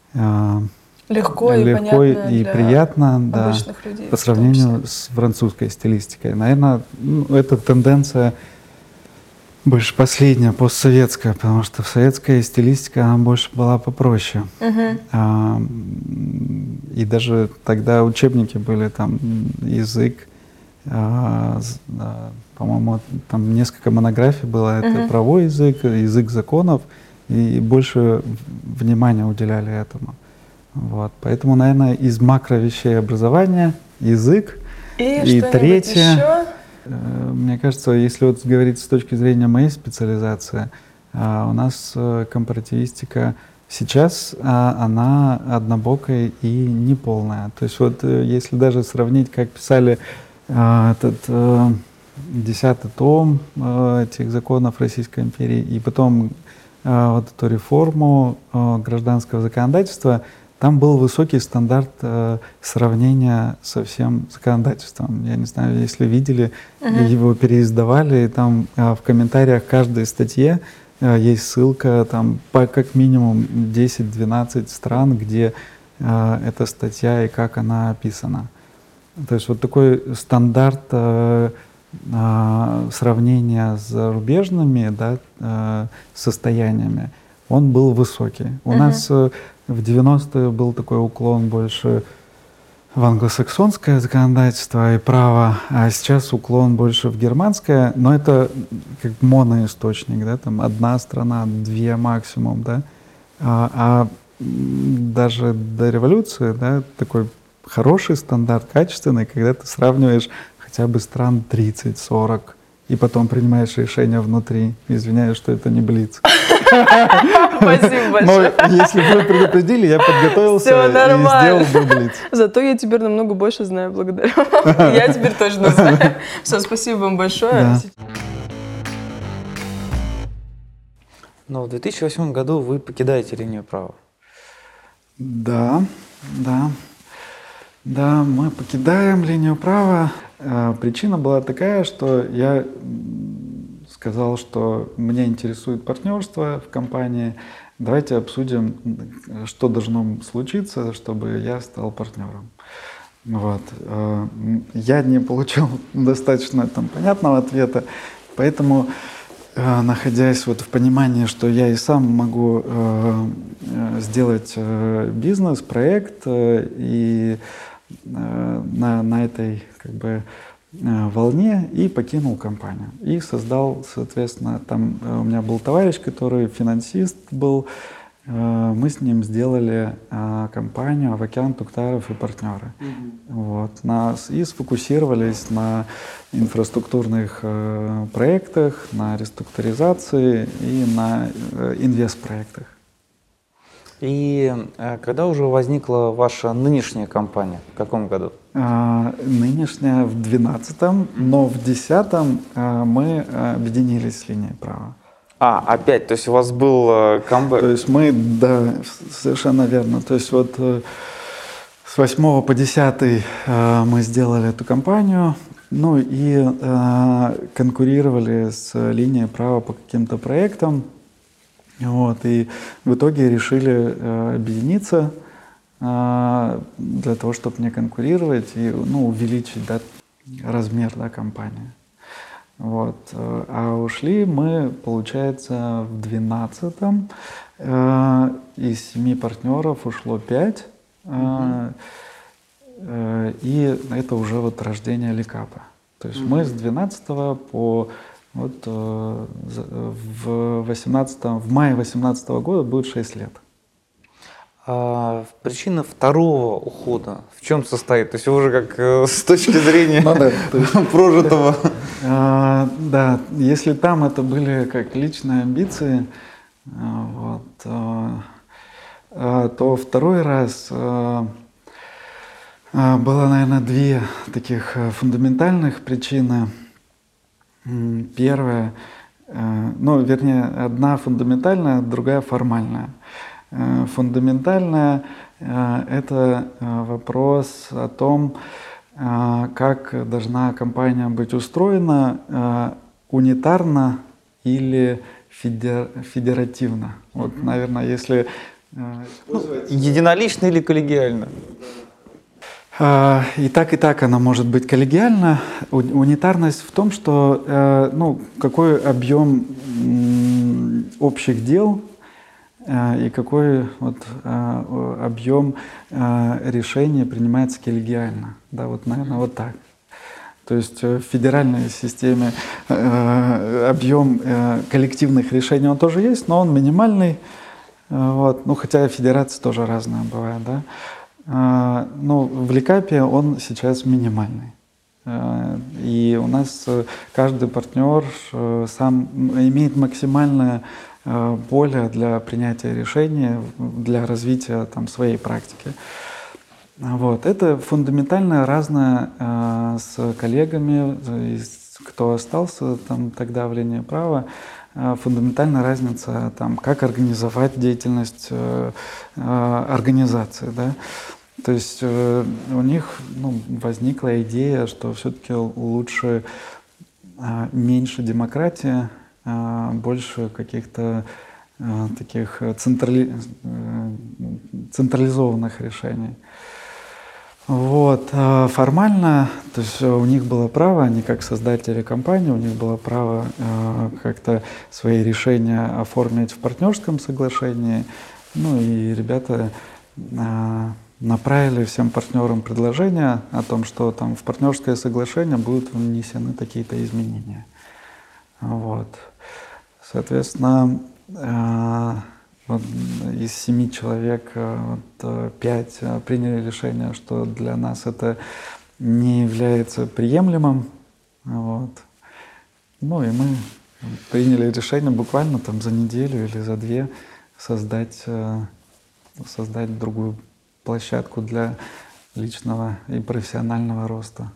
D: легко,
A: легко
D: и,
A: и, и приятно, да,
D: людей,
A: по сравнению с французской стилистикой. Наверное, ну, это тенденция больше последняя, постсоветская, потому что советская стилистика, она больше была попроще. Uh-huh. А, и даже тогда учебники были там язык, а, а, по-моему, там несколько монографий было, это uh-huh. правовой язык, язык законов, и больше внимания уделяли этому. Вот. Поэтому, наверное, из макровещей образования язык.
D: И,
A: и третье,
D: еще?
A: Мне кажется, если вот говорить с точки зрения моей специализации, у нас компаративистика сейчас, она однобокая и неполная. То есть вот если даже сравнить, как писали этот десятый том этих законов Российской империи и потом вот эту реформу э, гражданского законодательства, там был высокий стандарт э, сравнения со всем законодательством. Я не знаю, если видели, uh-huh. его переиздавали, и там э, в комментариях к каждой статье э, есть ссылка там, по как минимум десять-двенадцать стран, где э, эта статья и как она описана. То есть вот такой стандарт э, сравнения с зарубежными, да, состояниями, он был высокий. У uh-huh. нас в девяностые был такой уклон больше в англосаксонское законодательство и право, а сейчас уклон больше в германское, но это как моноисточник, да, там одна страна, две максимум, да, а, а даже до революции, да, такой хороший стандарт, качественный, когда ты сравниваешь хотя бы стран тридцать-сорок, и потом принимаешь решение внутри. Извиняюсь, что это не блиц.
D: Спасибо большое.
A: Но если бы вы предупредили, я подготовился и сделал бы блиц.
D: Зато я теперь намного больше знаю благодаря вам. Я теперь точно знаю. Все, спасибо вам большое.
B: Но в две тысячи восьмом году вы покидаете линию права.
A: Да, да. Да, мы покидаем линию права. Э, Причина была такая, что я м, сказал, что меня интересует партнерство в компании. Давайте обсудим, м, что должно случиться, чтобы я стал партнером. Вот. Э, м, Я не получил достаточно там понятного ответа, поэтому, э, находясь вот в понимании, что я и сам могу э, э, сделать э, бизнес, проект, э, и э, на, на этой как бы э, волне и покинул компанию. И создал, соответственно, там э, у меня был товарищ, который финансист был, э, мы с ним сделали э, компанию «Авакян, Туктаров и партнеры». Вот, нас, и сфокусировались на инфраструктурных э, проектах, на реструктуризации и на э, инвестпроектах.
B: И э, когда уже возникла ваша нынешняя компания? В каком году?
A: А, Нынешняя в двенадцатом, но в десятом а, мы а, объединились с линией права.
B: А, опять, то есть у вас был э, камбэк?
A: То есть мы, да, совершенно верно. То есть вот э, с восьмого по десятый э, мы сделали эту компанию, ну и э, конкурировали с линией права по каким-то проектам. Вот, и в итоге решили э, объединиться э, для того, чтобы не конкурировать и, ну, увеличить, да, размер, да, компании. Вот. э, А ушли мы, получается, в двенадцатом. Э, Из семи партнеров ушло пять. э, э, И это уже вот рождение Ликапа. То есть мы с двенадцатого по вот э, за- в восемнадцатом, в мае восемнадцатого года будет шесть лет.
B: А, причина второго ухода в чем состоит? То есть вы уже как э, с точки зрения
A: Ну да, то есть,
B: прожитого.
A: а, да, если там это были как личные амбиции, а, вот, а, а, то второй раз а, а, было, наверное, две таких а, фундаментальных причины. М, Первая, э, ну, вернее, одна фундаментальная, другая формальная. Э, Фундаментальная э, — это э, вопрос о том, э, как должна компания быть устроена, э, унитарно или федер- федеративно. Вот, наверное, если э,
B: Единолично или коллегиально?
A: А, И так, и так она может быть коллегиальна. У- Унитарность в том, что э, ну, какой объем м, общих дел э, и какой вот, э, о- объем э, решений принимается коллегиально. Да, вот, наверное, вот так. То есть э, в федеральной системе э, объем э, коллективных решений он тоже есть, но он минимальный. Э, Вот. Ну, хотя федерации тоже разные бывают, да. А, Ну, в Ликапе он сейчас минимальный. А, И у нас э, каждый партнер э, сам имеет максимальное э, поле для принятия решений, для развития там, своей практики. Вот. Это фундаментально разное э, с коллегами, э, из- кто остался там, тогда в линии права. э, Фундаментальная разница, там, как организовать деятельность э, э, организации. Да? То есть э, у них, ну, возникла идея, что все-таки лучше э, меньше демократии, э, больше каких-то э, таких централи- э, централизованных решений. Вот. а Формально, то есть у них было право, они как создатели компании, у них было право э, как-то свои решения оформить в партнерском соглашении. Ну и ребята э, направили всем партнерам предложение о том, что там в партнерское соглашение будут внесены такие-то изменения. Вот. Соответственно, э, вот из семи человек э, вот, э, пять э, приняли решение, что для нас это не является приемлемым. Вот. Ну и мы приняли решение буквально там за неделю или за две создать, э, создать другую площадку для личного и профессионального роста.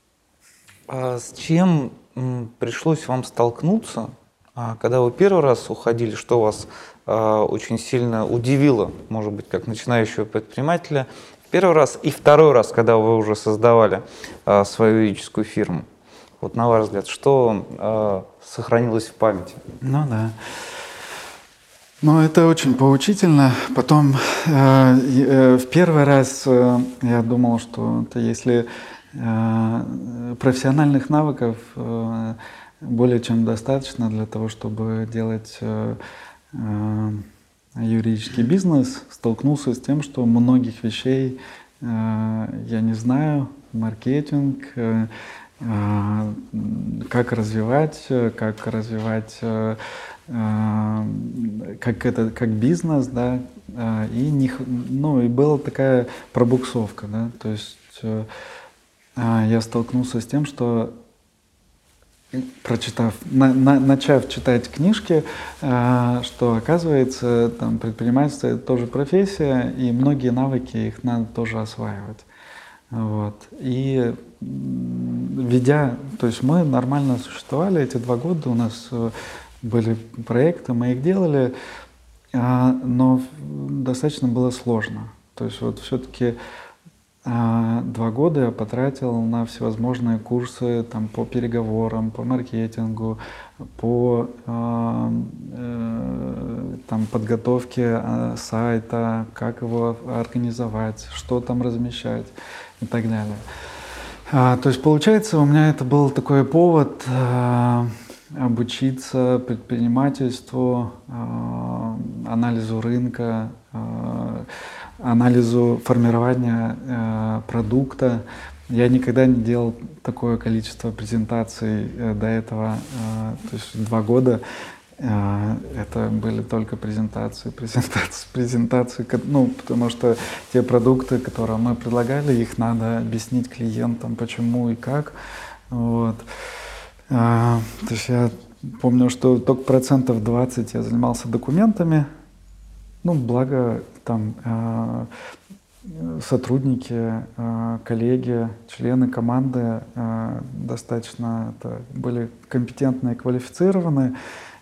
B: А с чем м, пришлось вам столкнуться, а, когда вы первый раз уходили, что вас а, очень сильно удивило, может быть, как начинающего предпринимателя, Первый раз и второй раз, когда вы уже создавали э, свою юридическую фирму. Вот на ваш взгляд, что э, сохранилось в памяти?
A: Ну да. Ну, это очень поучительно. Потом э, э, в первый раз э, я думал, что это если э, профессиональных навыков э, более чем достаточно для того, чтобы делать э, э, юридический бизнес, столкнулся с тем, что многих вещей э, я не знаю, маркетинг, э, э, как развивать, как развивать э, как это, как бизнес, да, и не, ну и была такая пробуксовка, да, то есть я столкнулся с тем, что прочитав, на, на, начав читать книжки, что оказывается там предпринимательство это тоже профессия, и многие навыки их надо тоже осваивать, вот, и ведя, то есть мы нормально существовали эти два года, у нас были проекты, мы их делали, но достаточно было сложно. То есть вот все-таки два года я потратил на всевозможные курсы там, по переговорам, по маркетингу, по там, подготовке сайта, как его организовать, что там размещать и так далее. То есть получается, у меня это был такой повод обучиться предпринимательству, анализу рынка, анализу формирования продукта. Я никогда не делал такое количество презентаций до этого, то есть два года это были только презентации, презентации, презентации, ну, потому что те продукты, которые мы предлагали, их надо объяснить клиентам, почему и как. Вот. А, то есть я помню, что только процентов двадцать я занимался документами, ну, благо там а, сотрудники, а, коллеги, члены команды а, достаточно это, были компетентные, квалифицированные,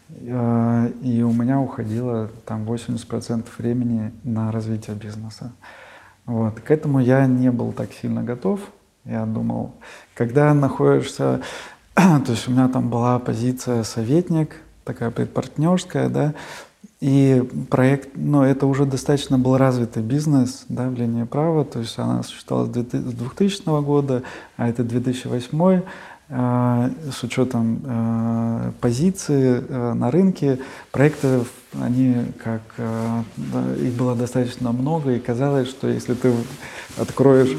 A: а, и у меня уходило там восемьдесят процентов времени на развитие бизнеса. Вот. К этому я не был так сильно готов. Я думал, когда находишься... То есть у меня там была позиция советник, такая предпартнерская, да, и проект, ну, это уже достаточно был развитый бизнес, да, в линии права, то есть она существовала с двухтысячного года, а это две тысячи восьмой, э, с учетом э, позиции э, на рынке, проектов, они как, э, их было достаточно много, и казалось, что если ты откроешь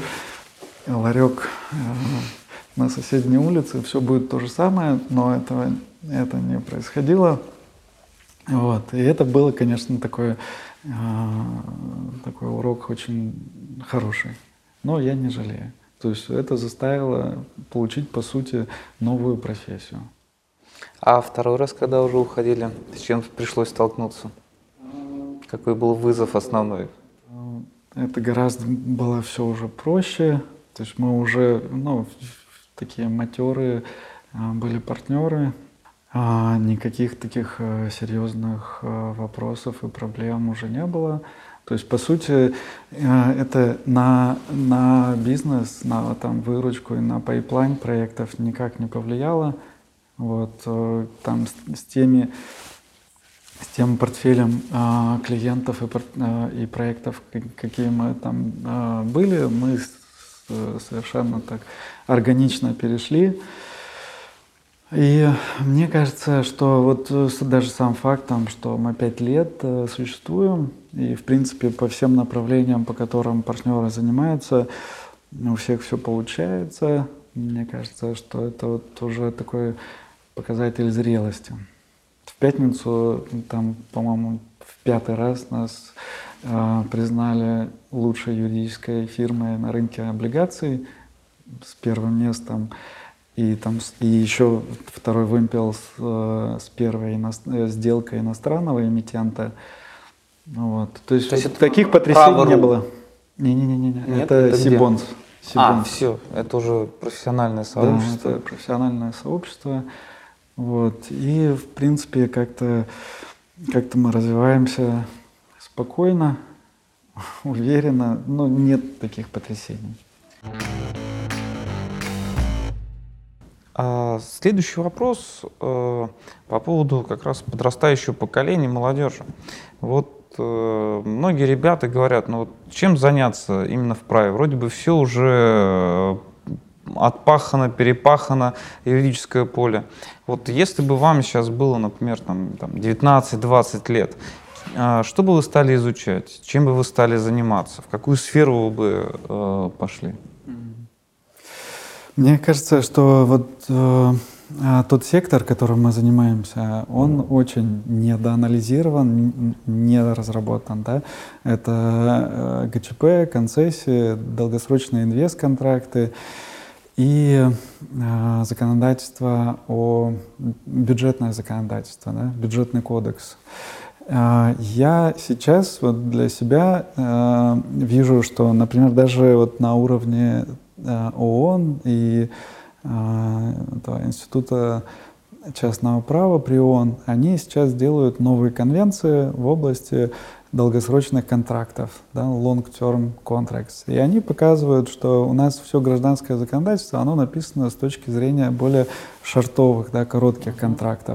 A: ларек э, на соседней улице, все будет то же самое, но этого, это не происходило. Вот. И это было, конечно, такой, э, такой урок очень хороший. Но я не жалею. То есть это заставило получить, по сути, новую профессию.
B: А второй раз, когда уже уходили, с чем пришлось столкнуться? Какой был вызов основной?
A: Это гораздо было все уже проще. То есть мы уже, ну, такие матерые были партнеры. Никаких таких серьезных вопросов и проблем уже не было. То есть, по сути, это на, на бизнес, на там, выручку и на пайплайн проектов никак не повлияло. Вот, там с, с, теми, с тем портфелем а, клиентов и, а, и проектов, какие мы там а, были, мы с, совершенно так органично перешли. И мне кажется, что вот даже сам факт, там, что мы пять лет существуем, и в принципе по всем направлениям, по которым партнеры занимаются, у всех все получается. Мне кажется, что это вот уже такой показатель зрелости. В пятницу, там, по-моему, в пятый раз нас э, признали лучшей юридической фирмой на рынке облигаций с первым местом. И, там, и еще второй вымпел с, с первой ино, сделкой иностранного эмитента. Вот. То есть, То есть вот таких потрясений не было. Не-не-не, это, это Сибонс.
B: А, все, это уже профессиональное сообщество.
A: Да, это профессиональное сообщество. Вот. И, в принципе, как-то как-то мы развиваемся спокойно. уверенно, но нет таких потрясений.
B: А следующий вопрос э, по поводу как раз подрастающего поколения, молодежи. Вот э, многие ребята говорят, ну вот чем заняться именно в праве? Вроде бы все уже отпахано, перепахано, юридическое поле. Вот если бы вам сейчас было, например, там, там девятнадцать-двадцать лет, э, что бы вы стали изучать? Чем бы вы стали заниматься? В какую сферу вы бы э, пошли?
A: Мне кажется, что вот э, тот сектор, которым мы занимаемся, он очень недоанализирован, недоразработан. Да? Это э, ГЧП, концессии, долгосрочные инвест-контракты и э, законодательство о бюджетное законодательство, да? Бюджетный кодекс. Э, я сейчас вот для себя э, вижу, что, например, даже вот на уровне ООН и э, Института частного права при ООН, они сейчас делают новые конвенции в области долгосрочных контрактов, да, long-term contracts. И они показывают, что у нас все гражданское законодательство, оно написано с точки зрения более шортовых, да, коротких контрактов.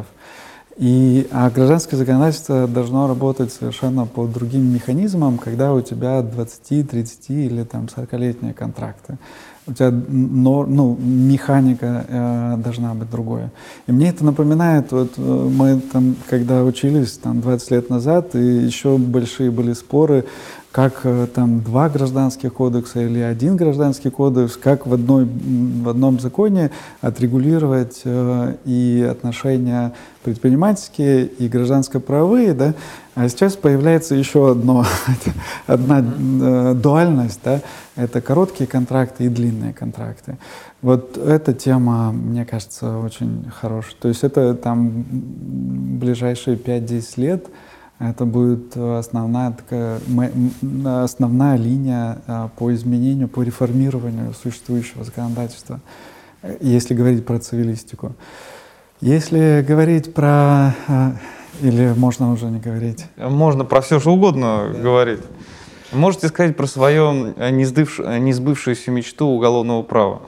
A: И, а гражданское законодательство должно работать совершенно по другим механизмам, когда у тебя двадцати, тридцати или там сорокалетние контракты. У тебя ну, механика э, должна быть другая. И мне это напоминает, вот мы там, когда учились там двадцать лет назад, и еще большие были споры, как там два гражданских кодекса или один гражданский кодекс, как в, одной, в одном законе отрегулировать э, и отношения предпринимательские, и гражданско-правовые, да? А сейчас появляется еще одно, одна э, дуальность, да? Это короткие контракты и длинные контракты. Вот эта тема, мне кажется, очень хорошая. То есть это там ближайшие пять-десять лет, это будет основная, такая, основная линия по изменению, по реформированию существующего законодательства, если говорить про цивилистику. Если говорить про... Или можно уже не говорить?
B: Можно про все, что угодно да. говорить. Можете сказать про свою несбывшуюся мечту уголовного права?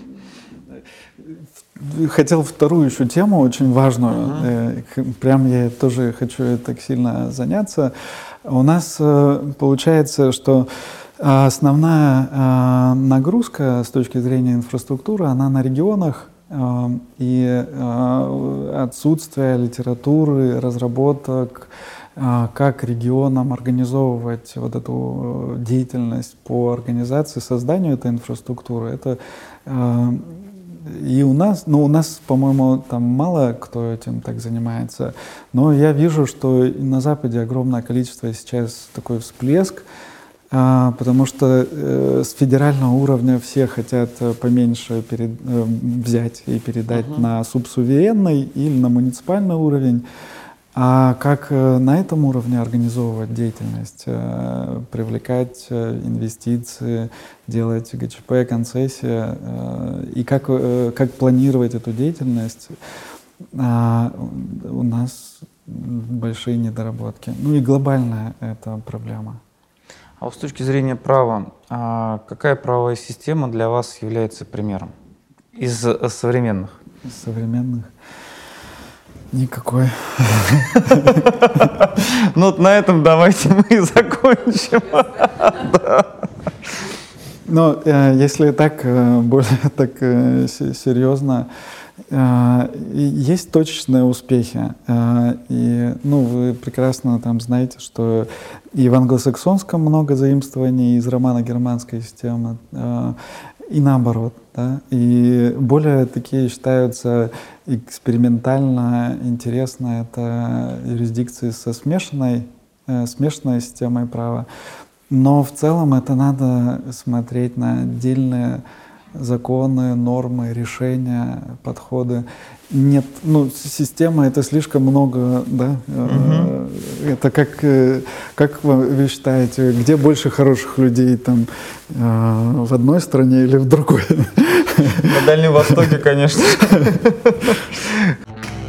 A: Хотел вторую еще тему, очень важную. Uh-huh. Прям я тоже хочу так сильно заняться. У нас получается, что основная нагрузка с точки зрения инфраструктуры, она на регионах, и отсутствие литературы, разработок, как регионам организовывать вот эту деятельность по организации, созданию этой инфраструктуры, это и у нас, ну у нас, по-моему, там мало кто этим так занимается, но я вижу, что на Западе огромное количество сейчас такой всплеск, потому что э, с федерального уровня все хотят поменьше перед, э, взять и передать uh-huh. на субсуверенный или на муниципальный уровень. А как э, на этом уровне организовывать деятельность, э, привлекать э, инвестиции, делать ГЧП, концессии, э, и как, э, как планировать эту деятельность, э, у нас большие недоработки. Ну и глобальная эта проблема.
B: А вот с точки зрения права, какая правовая система для вас является примером из современных?
A: Из современных? Никакой.
B: Ну вот на этом давайте мы и закончим.
A: Но если так, более так серьезно, есть точечные успехи. И, ну, вы прекрасно там знаете, что и в англосаксонском много заимствований из романо-германской системы, и наоборот. Да? И более такие считаются экспериментально интересно это юрисдикции со смешанной, смешанной системой права. Но в целом это надо смотреть на отдельные законы, нормы, решения, подходы. Нет, ну, система — это слишком много, да? Uh-huh. Это как, как вы считаете, где больше хороших людей, там, в одной стране или в другой?
B: На Дальнем Востоке, конечно.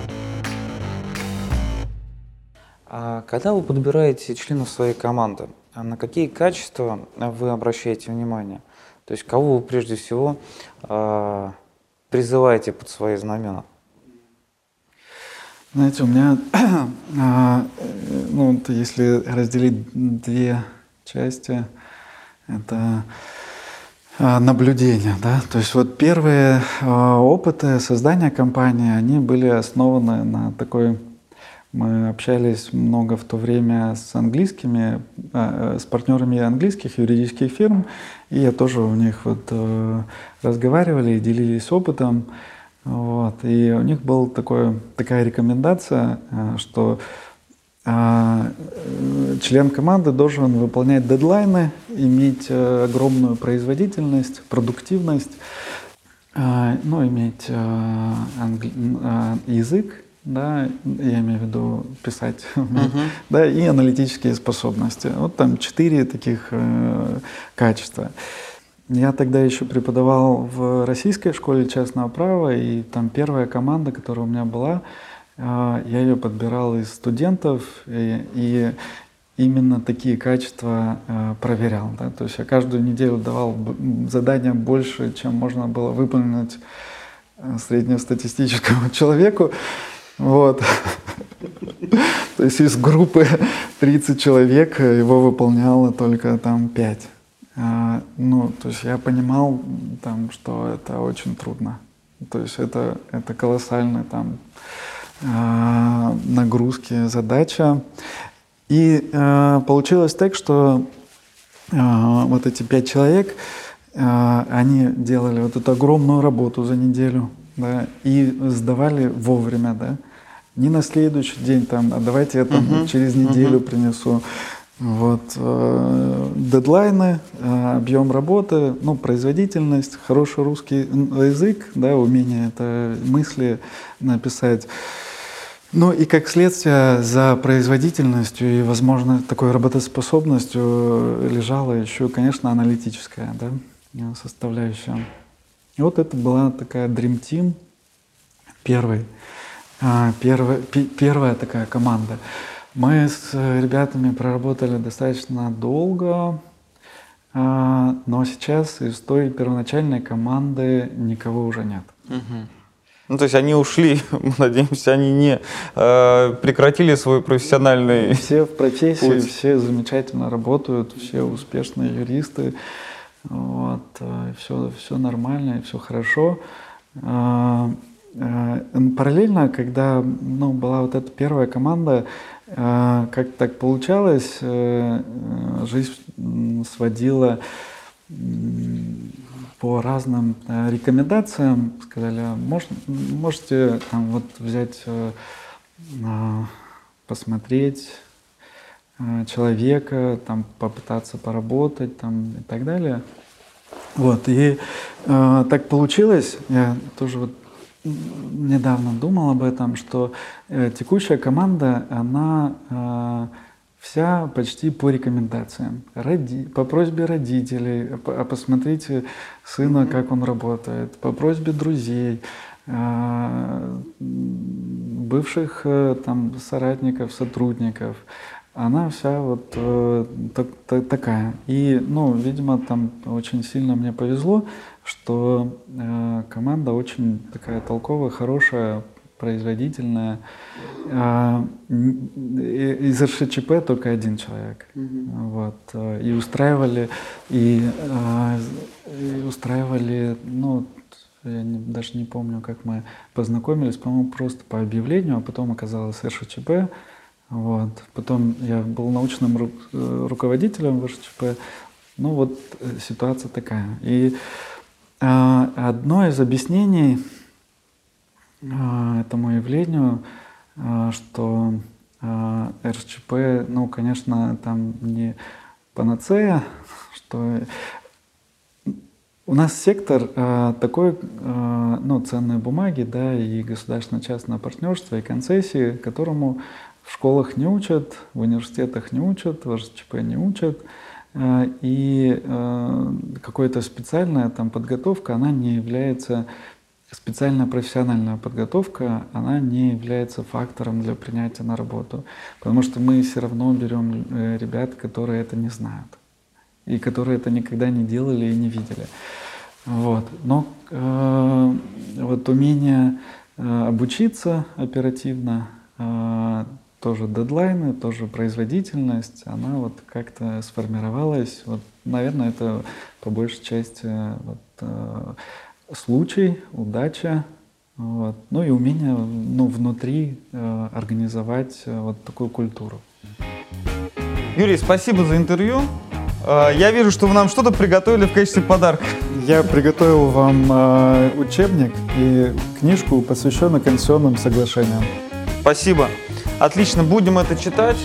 B: А когда вы подбираете членов своей команды, а на какие качества вы обращаете внимание? То есть кого вы прежде всего э, призываете под свои знамена?
A: Знаете, у меня, а, ну, вот если разделить две части, это а, наблюдение, да, то есть вот первые а, опыты создания компании, они были основаны на такой, мы общались много в то время с английскими, а, с партнерами английских юридических фирм, и я тоже у них вот а, разговаривали и делились опытом. Вот. И у них была такое, такая рекомендация, что а, член команды должен выполнять дедлайны, иметь огромную производительность, продуктивность, а, ну, иметь а, англи... а, язык, да, я имею в виду писать, uh-huh. да, и аналитические способности. Вот там четыре таких э, качества. Я тогда еще преподавал в российской школе частного права, и там первая команда, которая у меня была, я ее подбирал из студентов, и, и именно такие качества проверял. Да? То есть я каждую неделю давал задания больше, чем можно было выполнить среднестатистическому человеку. Вот. То есть из группы тридцать человек его выполняло только там пять. Uh, ну, то есть я понимал, там, что это очень трудно. То есть это, это колоссальные там uh, нагрузки, задача. И uh, получилось так, что uh, вот эти пять человек, uh, они делали вот эту огромную работу за неделю, да, и сдавали вовремя, да. Не на следующий день, там, а давайте я там uh-huh. через неделю uh-huh. принесу. Вот, э, дедлайны, э, объем работы, ну, производительность, хороший русский язык, да, умение это мысли написать. Ну и как следствие за производительностью и, возможно, такой работоспособностью лежала еще, конечно, аналитическая, да, составляющая. И вот это была такая Dream Team, первый, э, первый, пи, первая такая команда. Мы с ребятами проработали достаточно долго, но сейчас из той первоначальной команды никого уже нет.
B: Угу. Ну, то есть они ушли, мы надеемся, они не э, прекратили свой профессиональный
A: Все в профессии,
B: путь.
A: Все замечательно работают, все успешные юристы, вот, все, все нормально, все хорошо. Параллельно, когда, ну, была вот эта первая команда, как так получалось, жизнь сводила по разным рекомендациям, сказали, Мож, можете там вот взять, посмотреть человека, там попытаться поработать там, и так далее. Вот, и э, так получилось, я тоже вот недавно думал об этом, что э, текущая команда, она э, вся почти по рекомендациям, Роди, по просьбе родителей, по, посмотрите сына, как он работает, по просьбе друзей, э, бывших э, там соратников, сотрудников. Она вся вот э, так, так, такая. И, ну, видимо, там очень сильно мне повезло, что э, команда очень такая толковая, хорошая, производительная. Э, из эр эс че пэ только один человек. Mm-hmm. Вот. И устраивали, и, э, и устраивали, ну, я не, даже не помню, как мы познакомились, по-моему, просто по объявлению, а потом оказалось эр эс че пэ. Вот. Потом я был научным ру руководителем в эр эс че пэ. Ну вот ситуация такая. И э, одно из объяснений э, этому явлению, э, что э, эр эс че пэ, ну, конечно, там не панацея, что у нас сектор э, такой, э, ну, ценные бумаги, да, и государственно-частное партнерство, и концессии, которому в школах не учат, в университетах не учат, в эр эс че пэ не учат, и э, какая-то специальная там подготовка, она не является специальная профессиональная подготовка, она не является фактором для принятия на работу, потому что мы все равно берем э, ребят, которые это не знают и которые это никогда не делали и не видели. Вот. Но э, вот умение э, обучиться оперативно, э, тоже дедлайны, тоже производительность, она вот как-то сформировалась. Вот, наверное, это по большей части вот, э, случай, удача, вот, ну и умение ну, внутри э, организовать э, вот такую культуру.
B: Юрий, спасибо за интервью. Э, Я вижу, что вы нам что-то приготовили в качестве подарка.
A: Я приготовил вам э, учебник и книжку, посвященную конституционным соглашениям.
B: Спасибо. Отлично, будем это читать.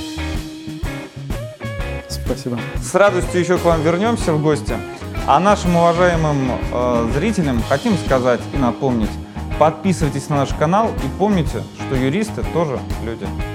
A: Спасибо.
B: С радостью еще к вам вернемся в гости. А нашим уважаемым э, зрителям хотим сказать и напомнить: подписывайтесь на наш канал и помните, что юристы тоже люди.